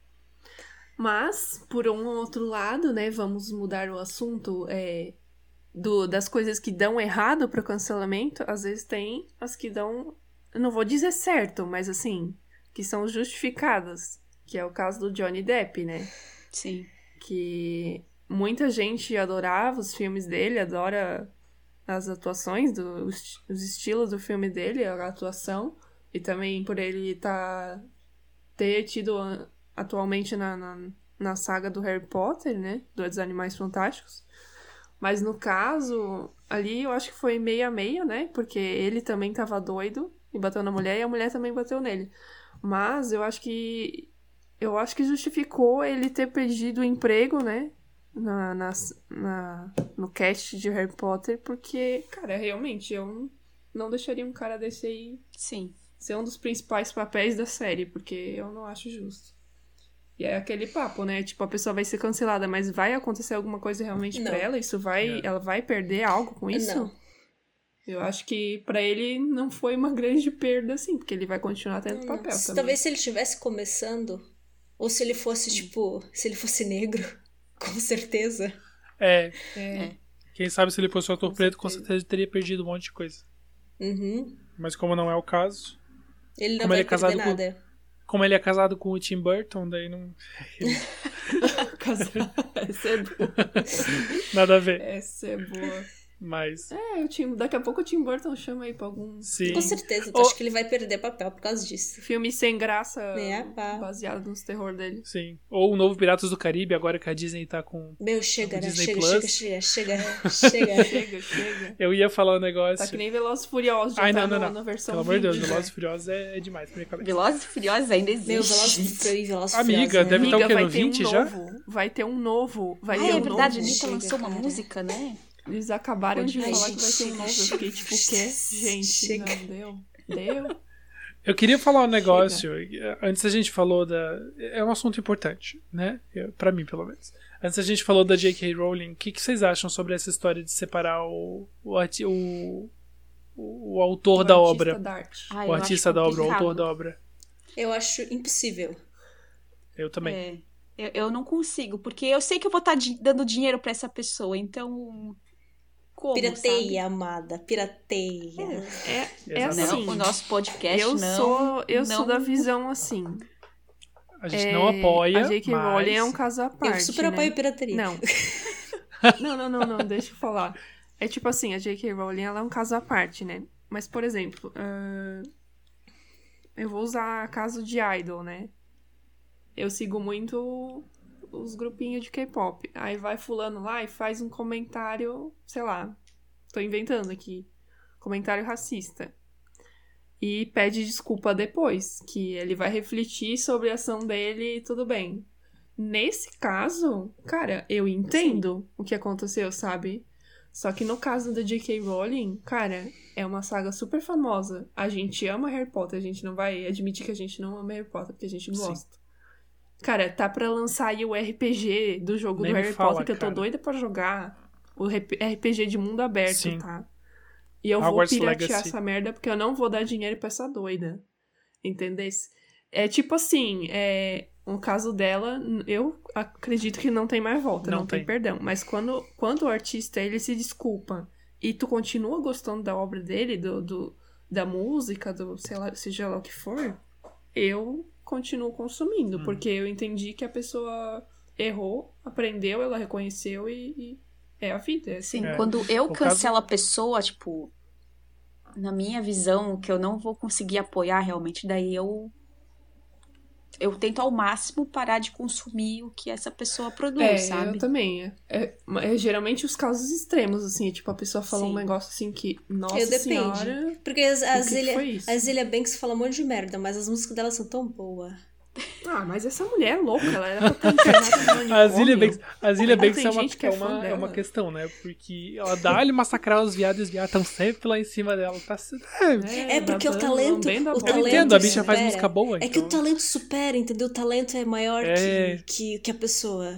Mas, por um outro lado, né, vamos mudar o assunto é, do, das coisas que dão errado pro cancelamento. Às vezes tem as que dão, eu não vou dizer certo, mas assim, que são justificadas. Que é o caso do Johnny Depp, né? Sim. Que muita gente adorava os filmes dele, adora as atuações, do, os, os estilos do filme dele, a atuação, e também por ele tá, ter tido a- atualmente na, na, na saga do Harry Potter, né, dos Animais Fantásticos. Mas no caso, ali eu acho que foi meio a meio, né, porque ele também tava doido e bateu na mulher, e a mulher também bateu nele. Mas eu acho que eu acho que justificou ele ter perdido o emprego, né? Na, na, na, no cast de Harry Potter, porque, cara, realmente, eu não deixaria um cara desse aí Sim. ser um dos principais papéis da série, porque eu não acho justo. E é aquele papo, né? Tipo, a pessoa vai ser cancelada, mas vai acontecer alguma coisa realmente Não. pra ela? Isso vai... É. Ela vai perder algo com isso? Não. Eu acho que pra ele não foi uma grande perda, assim, porque ele vai continuar tendo Não, papel se- também. Talvez se ele estivesse começando, ou se ele fosse, tipo, se ele fosse negro, com certeza. É, É. quem sabe se ele fosse um ator Com preto, com certeza. certeza teria perdido um monte de coisa. Uhum. Mas como não é o caso, Ele não Como vai ele é casado perder com- nada. como ele é casado com o Tim Burton, daí não... Essa é boa. Nada a ver. Essa é boa. Mas, É, o Tim, daqui a pouco o Tim Burton chama aí pra algum sim. Com certeza, tu Ô- acha que ele vai perder papel por causa disso. filme sem graça É, pá. baseado nos terror dele. Sim. Ou o novo Piratas do Caribe, agora que a Disney tá com... Meu, chega, No né? Disney Chega, Plus. chega, chega, chega, chega. Chega, chega. Eu ia falar um Tá negócio... que nem Velozes e Furiosos, já Ai, tá não, não, no- não. na versão Pelo amor de Deus, vídeo, Velozes e né? Furiosos é, é demais pra minha cabeça. Velozes e Furiosos ainda existe. Meu, Velozes e Velozes e Amiga, Furiosos, deve né? tá o Amiga, quê, vai no ter vinte um já? novo. Vai ter um novo. Vai Ah, ter é um verdade, a novo. Anitta Chega, lançou uma cara. música, né? Eles acabaram de Ai, falar gente, que vai ter um chega, novo. Eu fiquei tipo, o quê? Gente, chega. não, deu. Deu? Eu queria falar um negócio. Antes a gente falou da... É um assunto importante, né? Eu- Pra mim, pelo menos. Antes a gente falou da J K. Rowling. O que, que vocês acham sobre essa história de separar o, o, arti- o, o, o autor O da artista obra? da arte. Ah, O eu artista acho da obra, o complicado. autor da obra. Eu acho impossível. Eu também. É, eu, eu não consigo, porque eu sei que eu vou estar dando dinheiro pra essa pessoa, então. Como, Pirateia, amada, pirateia. É, é Exatamente. sabe? assim. Não, o nosso podcast eu não. sou, eu não... sou da visão assim. A gente é, não apoia, A J K. mas... Rowling é um caso à parte. Eu super né? apoio pirateria. Não. não, não, não, não, deixa eu falar. É tipo assim, a J K. Rowling ela é um caso à parte, né? Mas, por exemplo, ah, eu vou usar caso de idol, né? Eu sigo muito os grupinhos de K-pop. Aí vai fulano lá e faz um comentário, sei lá, tô inventando aqui, comentário racista. E pede desculpa depois, que ele vai refletir sobre a ação dele e tudo bem. Nesse caso, cara, eu entendo o que aconteceu, sabe? Só que no caso da J K. Rowling, cara, é uma saga super famosa. A gente ama Harry Potter, a gente não vai admitir que a gente não ama Harry Potter, porque a gente gosta. Cara, tá pra lançar aí o R P G do jogo Nem do me Harry fala, Potter, que eu tô cara. doida pra jogar. O R P G de mundo aberto, Sim. tá? E eu Hogwarts vou piratear Legacy. essa merda porque eu não vou dar dinheiro pra essa doida. Entendesse? É tipo assim, é... no caso dela, eu acredito que não tem mais volta, Não não, tem. tem. perdão. Mas quando, quando o artista, ele se desculpa e tu continua gostando da obra dele, do, do, da música, do sei lá, seja lá o que for, eu continuo consumindo, Hum. porque eu entendi que a pessoa errou, aprendeu, ela reconheceu e, e é a vida. É assim. Sim, É. quando eu O cancelo caso- a pessoa, tipo, na minha visão, que eu não vou conseguir apoiar realmente, daí eu eu tento ao máximo parar de consumir o que essa pessoa produz, É, sabe? eu também. É, é, é geralmente os casos extremos, assim, é tipo, a pessoa falou Sim. um negócio assim que, nossa Eu depende. senhora... Porque as, as, O que que Zilia, foi isso? a Zilia Banks fala um monte de merda, mas as músicas dela são tão boas. Ah, mas essa mulher é louca, ela era pra estar internada no manicômio. A Zilia Banks, a Zilia Ainda Banks tem é, uma, gente que é, é fã uma, é uma dela. questão, né? Porque ela dá ele massacrar os viados e os viados estão sempre lá em cima dela. Tá... É, É, porque o babando, talento. lambendo a O bola. eu talento entendo, a bicha faz supera. música boa. É que então... o talento supera, entendeu? O talento é maior É. Que, que, que a pessoa.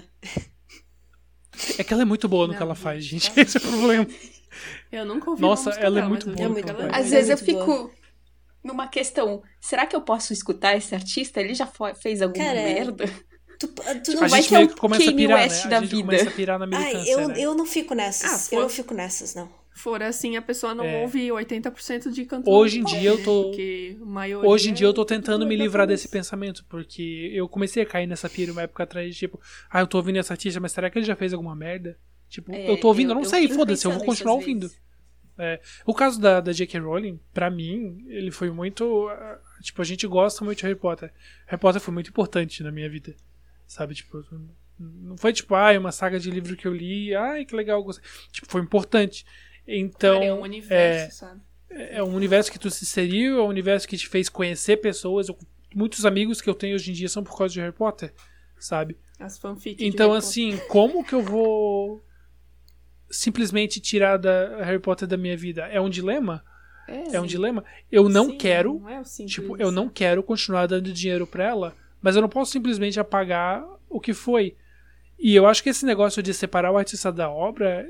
É que ela é muito boa no Não, que ela gente, faz, gente. tá. Esse é o problema. Eu nunca ouvi Nossa, uma música ela é dela, muito mas boa eu no vi que ela ela faz. Às é vezes eu muito boa. fico numa questão, será que eu posso escutar esse artista? Ele já foi- fez alguma Cara, merda? Tu, tu A não vai gente que é meio um que começa a Kanye pirar, West né? da A gente vida. começa a pirar na militância, Ai, eu, né? eu não fico nessas. Ah, eu foi- não fico nessas, não. For assim, a pessoa não É. ouve oitenta por cento de cantor. Hoje em pop, dia eu né? tô- Porque a maioria Hoje em dia eu tô é tentando tudo me da livrar cabeça. desse pensamento, porque eu comecei a cair nessa pira uma época atrás, tipo, ah, eu tô ouvindo esse artista, mas será que ele já fez alguma merda? Tipo, É, eu tô ouvindo, eu eu- não eu sei, fico foda-se, eu vou pensando isso continuar às ouvindo. vezes. É, o caso da, da J K. Rowling, pra mim, ele foi muito. ah, Tipo, a gente gosta muito de Harry Potter. Harry Potter foi muito importante na minha vida. Sabe? Tipo, não foi tipo, ah, uma saga de livro que eu li, ai, que legal, gostei. Tipo, foi importante. Então. Cara, é um universo, sabe? É, é um universo que tu se inseriu, é um universo que te fez conhecer pessoas. Eu muitos amigos que eu tenho hoje em dia são por causa de Harry Potter, sabe? As fanfics. Então, assim, como que eu vou simplesmente tirar da Harry Potter da minha vida? É um dilema? É, é um dilema? Eu não sim, quero, não é o simples, tipo, eu não quero continuar dando dinheiro pra ela, mas eu não posso simplesmente apagar o que foi. E eu acho que esse negócio de separar o artista da obra,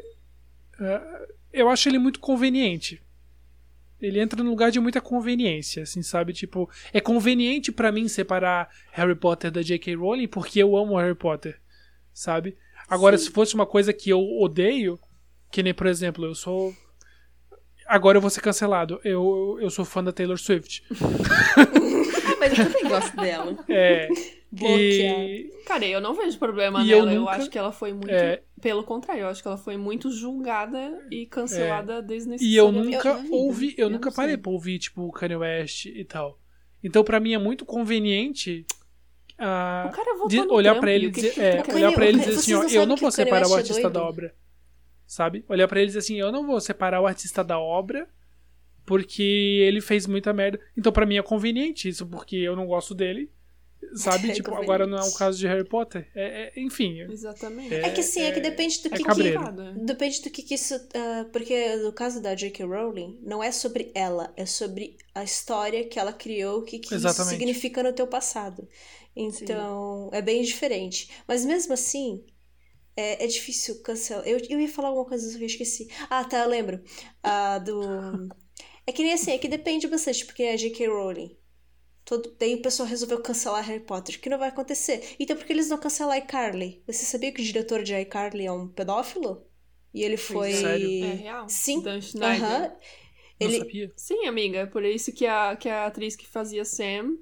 uh, eu acho ele muito conveniente. Ele entra no lugar de muita conveniência, assim, sabe? Tipo, é conveniente pra mim separar Harry Potter da J K. Rowling porque eu amo Harry Potter, sabe? Agora, sim, se fosse uma coisa que eu odeio, que nem, por exemplo, eu sou... Agora eu vou ser cancelado. Eu, eu sou fã da Taylor Swift. Ah, mas eu também gosto dela. É. E... Cara, eu não vejo problema e nela. eu, eu nunca... acho que ela foi muito... É... Pelo contrário, eu acho que ela foi muito julgada e cancelada é. desnecessariamente. E eu nunca ouvi... Eu, eu nunca parei pra ouvir, tipo, o Kanye West e tal. Então, pra mim, é muito conveniente... Uh, o cara voltou de no olhar Trump, pra ele e dizer, é, olhar pra ele e dizer assim, ó, eu não vou separar o artista da obra. Sabe? Olhar pra ele e dizer assim, eu não vou separar o artista da obra porque ele fez muita merda. Então pra mim é conveniente isso, porque eu não gosto dele. Sabe? É tipo, agora não é o caso de Harry Potter. É, é, enfim. Exatamente. É, é que assim, é, é que depende do é que, cabreiro. que depende do que, que isso. Uh, porque no caso da J K. Rowling, não é sobre ela, é sobre a história que ela criou, o que, que isso significa no teu passado. Então, sim, é bem diferente. Mas mesmo assim, é, é difícil cancelar. Eu, eu ia falar alguma coisa que eu esqueci. Ah, tá, eu lembro. Uh, do. É que nem assim, é que depende bastante, porque é a J K. Rowling. Todo... Daí o pessoal resolveu cancelar Harry Potter, que não vai acontecer. Então por que eles não cancelam iCarly? Você sabia que o diretor de iCarly é um pedófilo? E ele foi... Sério? É real? Sim. Dan Schneider. Uh-huh. Não ele... sabia? Sim, amiga. É por isso que a, que a atriz que fazia Sam,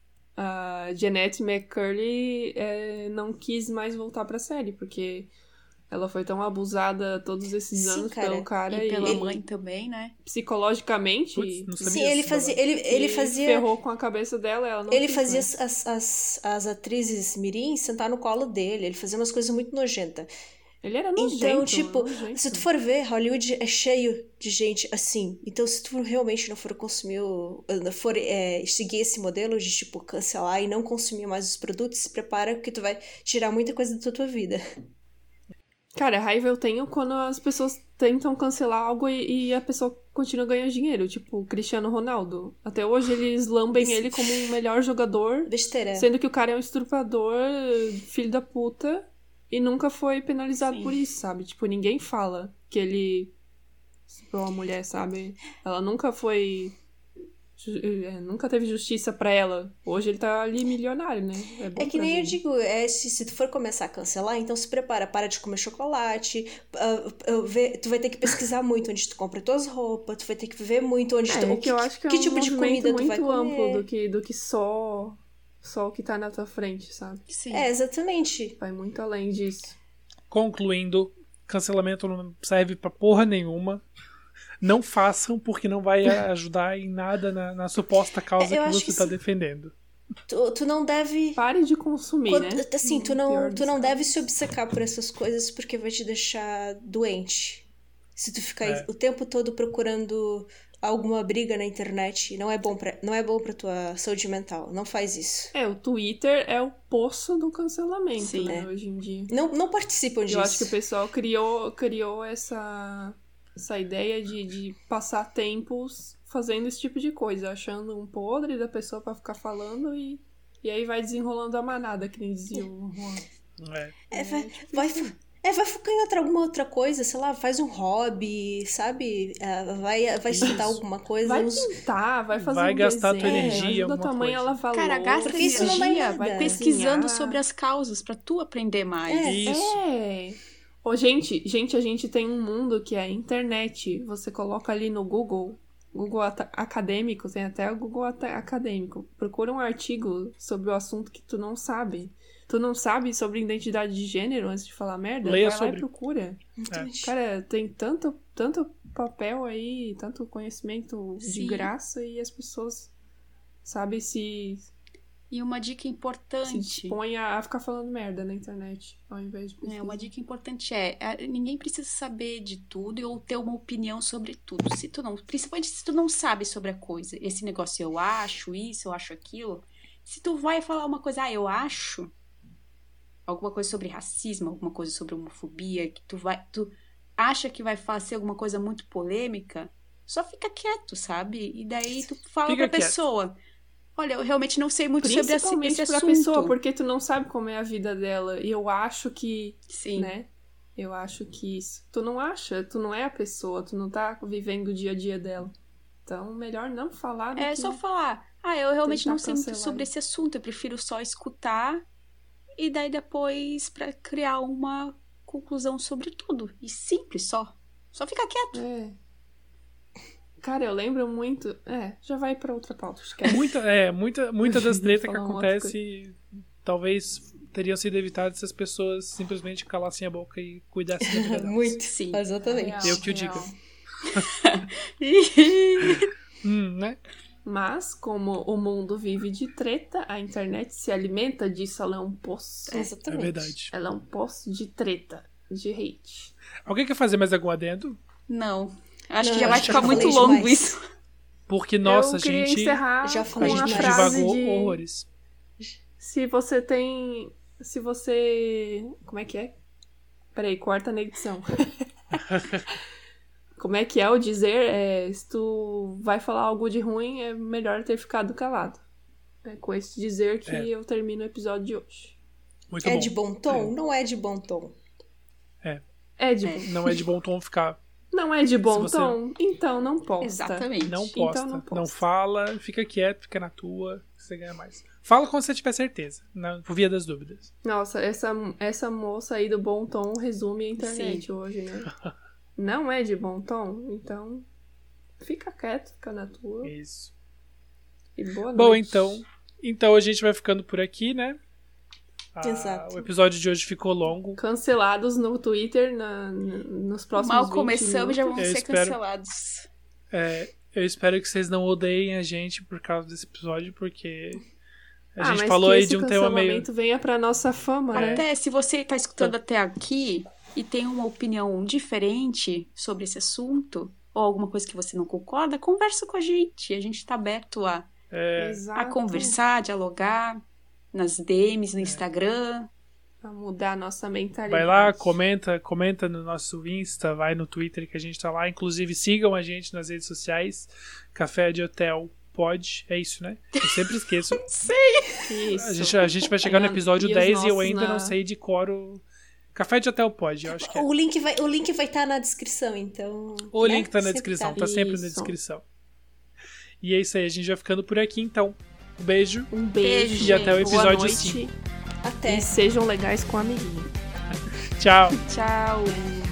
a Jeanette McCurdy, é, não quis mais voltar pra série, porque... Ela foi tão abusada todos esses Sim, anos cara. pelo cara. E, e pela ele, mãe também, né? Psicologicamente. Puts, não sabia Sim, ele fazia. Ele, ele fazia. Ferrou com a cabeça dela. Ela não ele fazia as, as, as atrizes mirim sentar no colo dele. Ele fazia umas coisas muito nojentas. Ele era nojento. Então, tipo, nojento. se tu for ver, Hollywood é cheio de gente assim. Então, se tu realmente não for consumir, o, for é, seguir esse modelo de, tipo, cancelar e não consumir mais os produtos, se prepara que tu vai tirar muita coisa da tua vida. Cara, raiva eu tenho quando as pessoas tentam cancelar algo e, e a pessoa continua ganhando dinheiro. Tipo, o Cristiano Ronaldo. Até hoje eles lambem Isso. ele como o melhor jogador. Besteira. Sendo que o cara é um estuprador, filho da puta. E nunca foi penalizado Sim. por isso, sabe? Tipo, ninguém fala que ele estuprou uma mulher, sabe? Ela nunca foi... Nunca teve justiça pra ela. Hoje ele tá ali milionário, né? É, é que nem eu digo, é, se, se tu for começar a cancelar, então se prepara, para de comer chocolate, uh, uh, vê, tu vai ter que pesquisar muito onde tu compra tuas roupas, tu vai ter que ver muito onde é, tu... É que eu acho que, que é um tipo de comida tu vai comer. muito amplo do que, do que só, só o que tá na tua frente, sabe? Sim. É, exatamente. Vai muito além disso. Concluindo, cancelamento não serve pra porra nenhuma. Não façam, porque não vai ajudar em nada na, na suposta causa eu que você está que defendendo. Tu, tu não deve... Pare de consumir, Quando, né? Assim, tu não, tu não deve se obcecar por essas coisas porque vai te deixar doente. Se tu ficar é. o tempo todo procurando alguma briga na internet, não é bom pra, não é bom pra tua saúde mental. Não faz isso. É, o Twitter é o poço do cancelamento, Sim, né, é. hoje em dia. Não, não participam disso. Eu acho que o pessoal criou, criou essa... essa ideia de, de passar tempos fazendo esse tipo de coisa, achando um podre da pessoa pra ficar falando e, e aí vai desenrolando a manada, que nem dizia o Juan. É. É, vai, vai, é, vai focar em outra, alguma outra coisa, sei lá, faz um hobby, sabe? É, vai, vai estudar alguma coisa. Vai uns... pintar, vai fazer vai um gastar desenho, tua energia, ajuda a tua mãe a lavar Cara, gasta Porque isso não vai nada. vai pesquisando sobre as causas pra tu aprender mais. É, isso. É... Ô, gente, gente, a gente tem um mundo que é a internet. Você coloca ali no Google, Google Acadêmico, tem até o Google Acadêmico. Procura um artigo sobre o assunto que tu não sabe. Tu não sabe sobre identidade de gênero antes de falar merda? Leia Vai sobre. lá e procura. É. Cara, tem tanto, tanto papel aí, tanto conhecimento Sim. de graça e as pessoas, sabe, se... E uma dica importante... se dispõe a ficar falando merda na internet, ao invés de pesquisar. É, uma dica importante é, ninguém precisa saber de tudo ou ter uma opinião sobre tudo. Se tu não, principalmente se tu não sabe sobre a coisa, esse negócio eu acho isso, eu acho aquilo, Se tu vai falar uma coisa, ah, eu acho, alguma coisa sobre racismo, alguma coisa sobre homofobia, que tu vai, tu acha que vai fazer alguma coisa muito polêmica, só fica quieto, sabe? E daí tu fala Fica pra quieto. pessoa, olha, eu realmente não sei muito sobre esse, Principalmente esse pra assunto. pessoa, porque tu não sabe como é a vida dela. E eu acho que, Sim. né? Eu acho que isso. Tu não acha, tu não é a pessoa, tu não tá vivendo o dia a dia dela. Então, melhor não falar do É que... só falar, ah, eu realmente tentar não sei muito cancelar. sobre esse assunto, eu prefiro só escutar e daí depois pra criar uma conclusão sobre tudo. E simples só. Só fica quieto. É. Cara, eu lembro muito... É, já vai pra outra pauta, esquece. Muita, é, muita, muita das tretas que Falar uma outra acontece talvez teriam sido evitadas se as pessoas simplesmente calassem a boca e cuidassem da vida delas. Muito, Sim. exatamente. Real, Eu que o real. diga. Hum, né? Mas, como o mundo vive de treta, a internet se alimenta disso. Ela é um poço. É Exatamente. verdade. Ela é um poço de treta, de hate. Alguém quer fazer mais algum adendo? Não. Acho Não, que já eu vai acho que ficar eu muito falei longo demais. isso. Porque, nossa, eu a queria gente, encerrar Já com falei a uma gente demais. frase divagou de... horrores. Se você tem... Se você... Como é que é? Peraí, corta na edição. Como é que é o dizer? É, se tu vai falar algo de ruim, é melhor ter ficado calado. É com esse dizer que É. eu termino o episódio de hoje. Muito É bom. de bom tom? Não é de bom tom. É de... Não é de bom tom ficar. Não é de bom Se você- tom? Então não posta. Exatamente. Não Então posta. não não, posta. fala, fica quieto, fica na tua, você ganha mais. Fala quando você tiver certeza, na, por via das dúvidas. Nossa, essa, essa moça aí do bom tom resume a internet Sim. hoje, né? Não é de bom tom? Então fica quieto, fica na tua. Isso. E boa Bom, noite. então, então a gente vai ficando por aqui, né? Ah, Exato. O episódio de hoje ficou longo. Cancelados no Twitter na, n- nos próximos Mal vinte começamos e já minutos. vamos Eu ser espero- cancelados. É, eu espero que vocês não odeiem a gente por causa desse episódio, porque a Ah, gente mas falou que aí esse de um tema meio. cancelamento venha pra nossa fama, né? Até se você tá escutando até aqui e tem uma opinião diferente sobre esse assunto, ou alguma coisa que você não concorda, conversa com a gente. A gente tá aberto a, É, Exato. a conversar, dialogar nas D Ms, no Instagram. Pra mudar a nossa mentalidade. vai lá, comenta, comenta no nosso Insta, vai no Twitter que a gente tá lá. Inclusive, sigam a gente nas redes sociais. Café de Hotel Pod. É isso, né? Eu sempre esqueço. Isso. A gente, a gente vai chegar no E a- episódio e os dez e eu nossos ainda na- não sei de cor o. Café de Hotel Pod, eu acho que é. O link vai o link vai estar na descrição, então. O né? link tá na Sempre descrição, tá. tá sempre na Isso. descrição. E é isso aí, a gente vai ficando por aqui então. Um beijo. Um beijo. Beijo, E até o boa episódio noite, cinco. Até. E sejam legais com a amiguinha. Tchau. Tchau.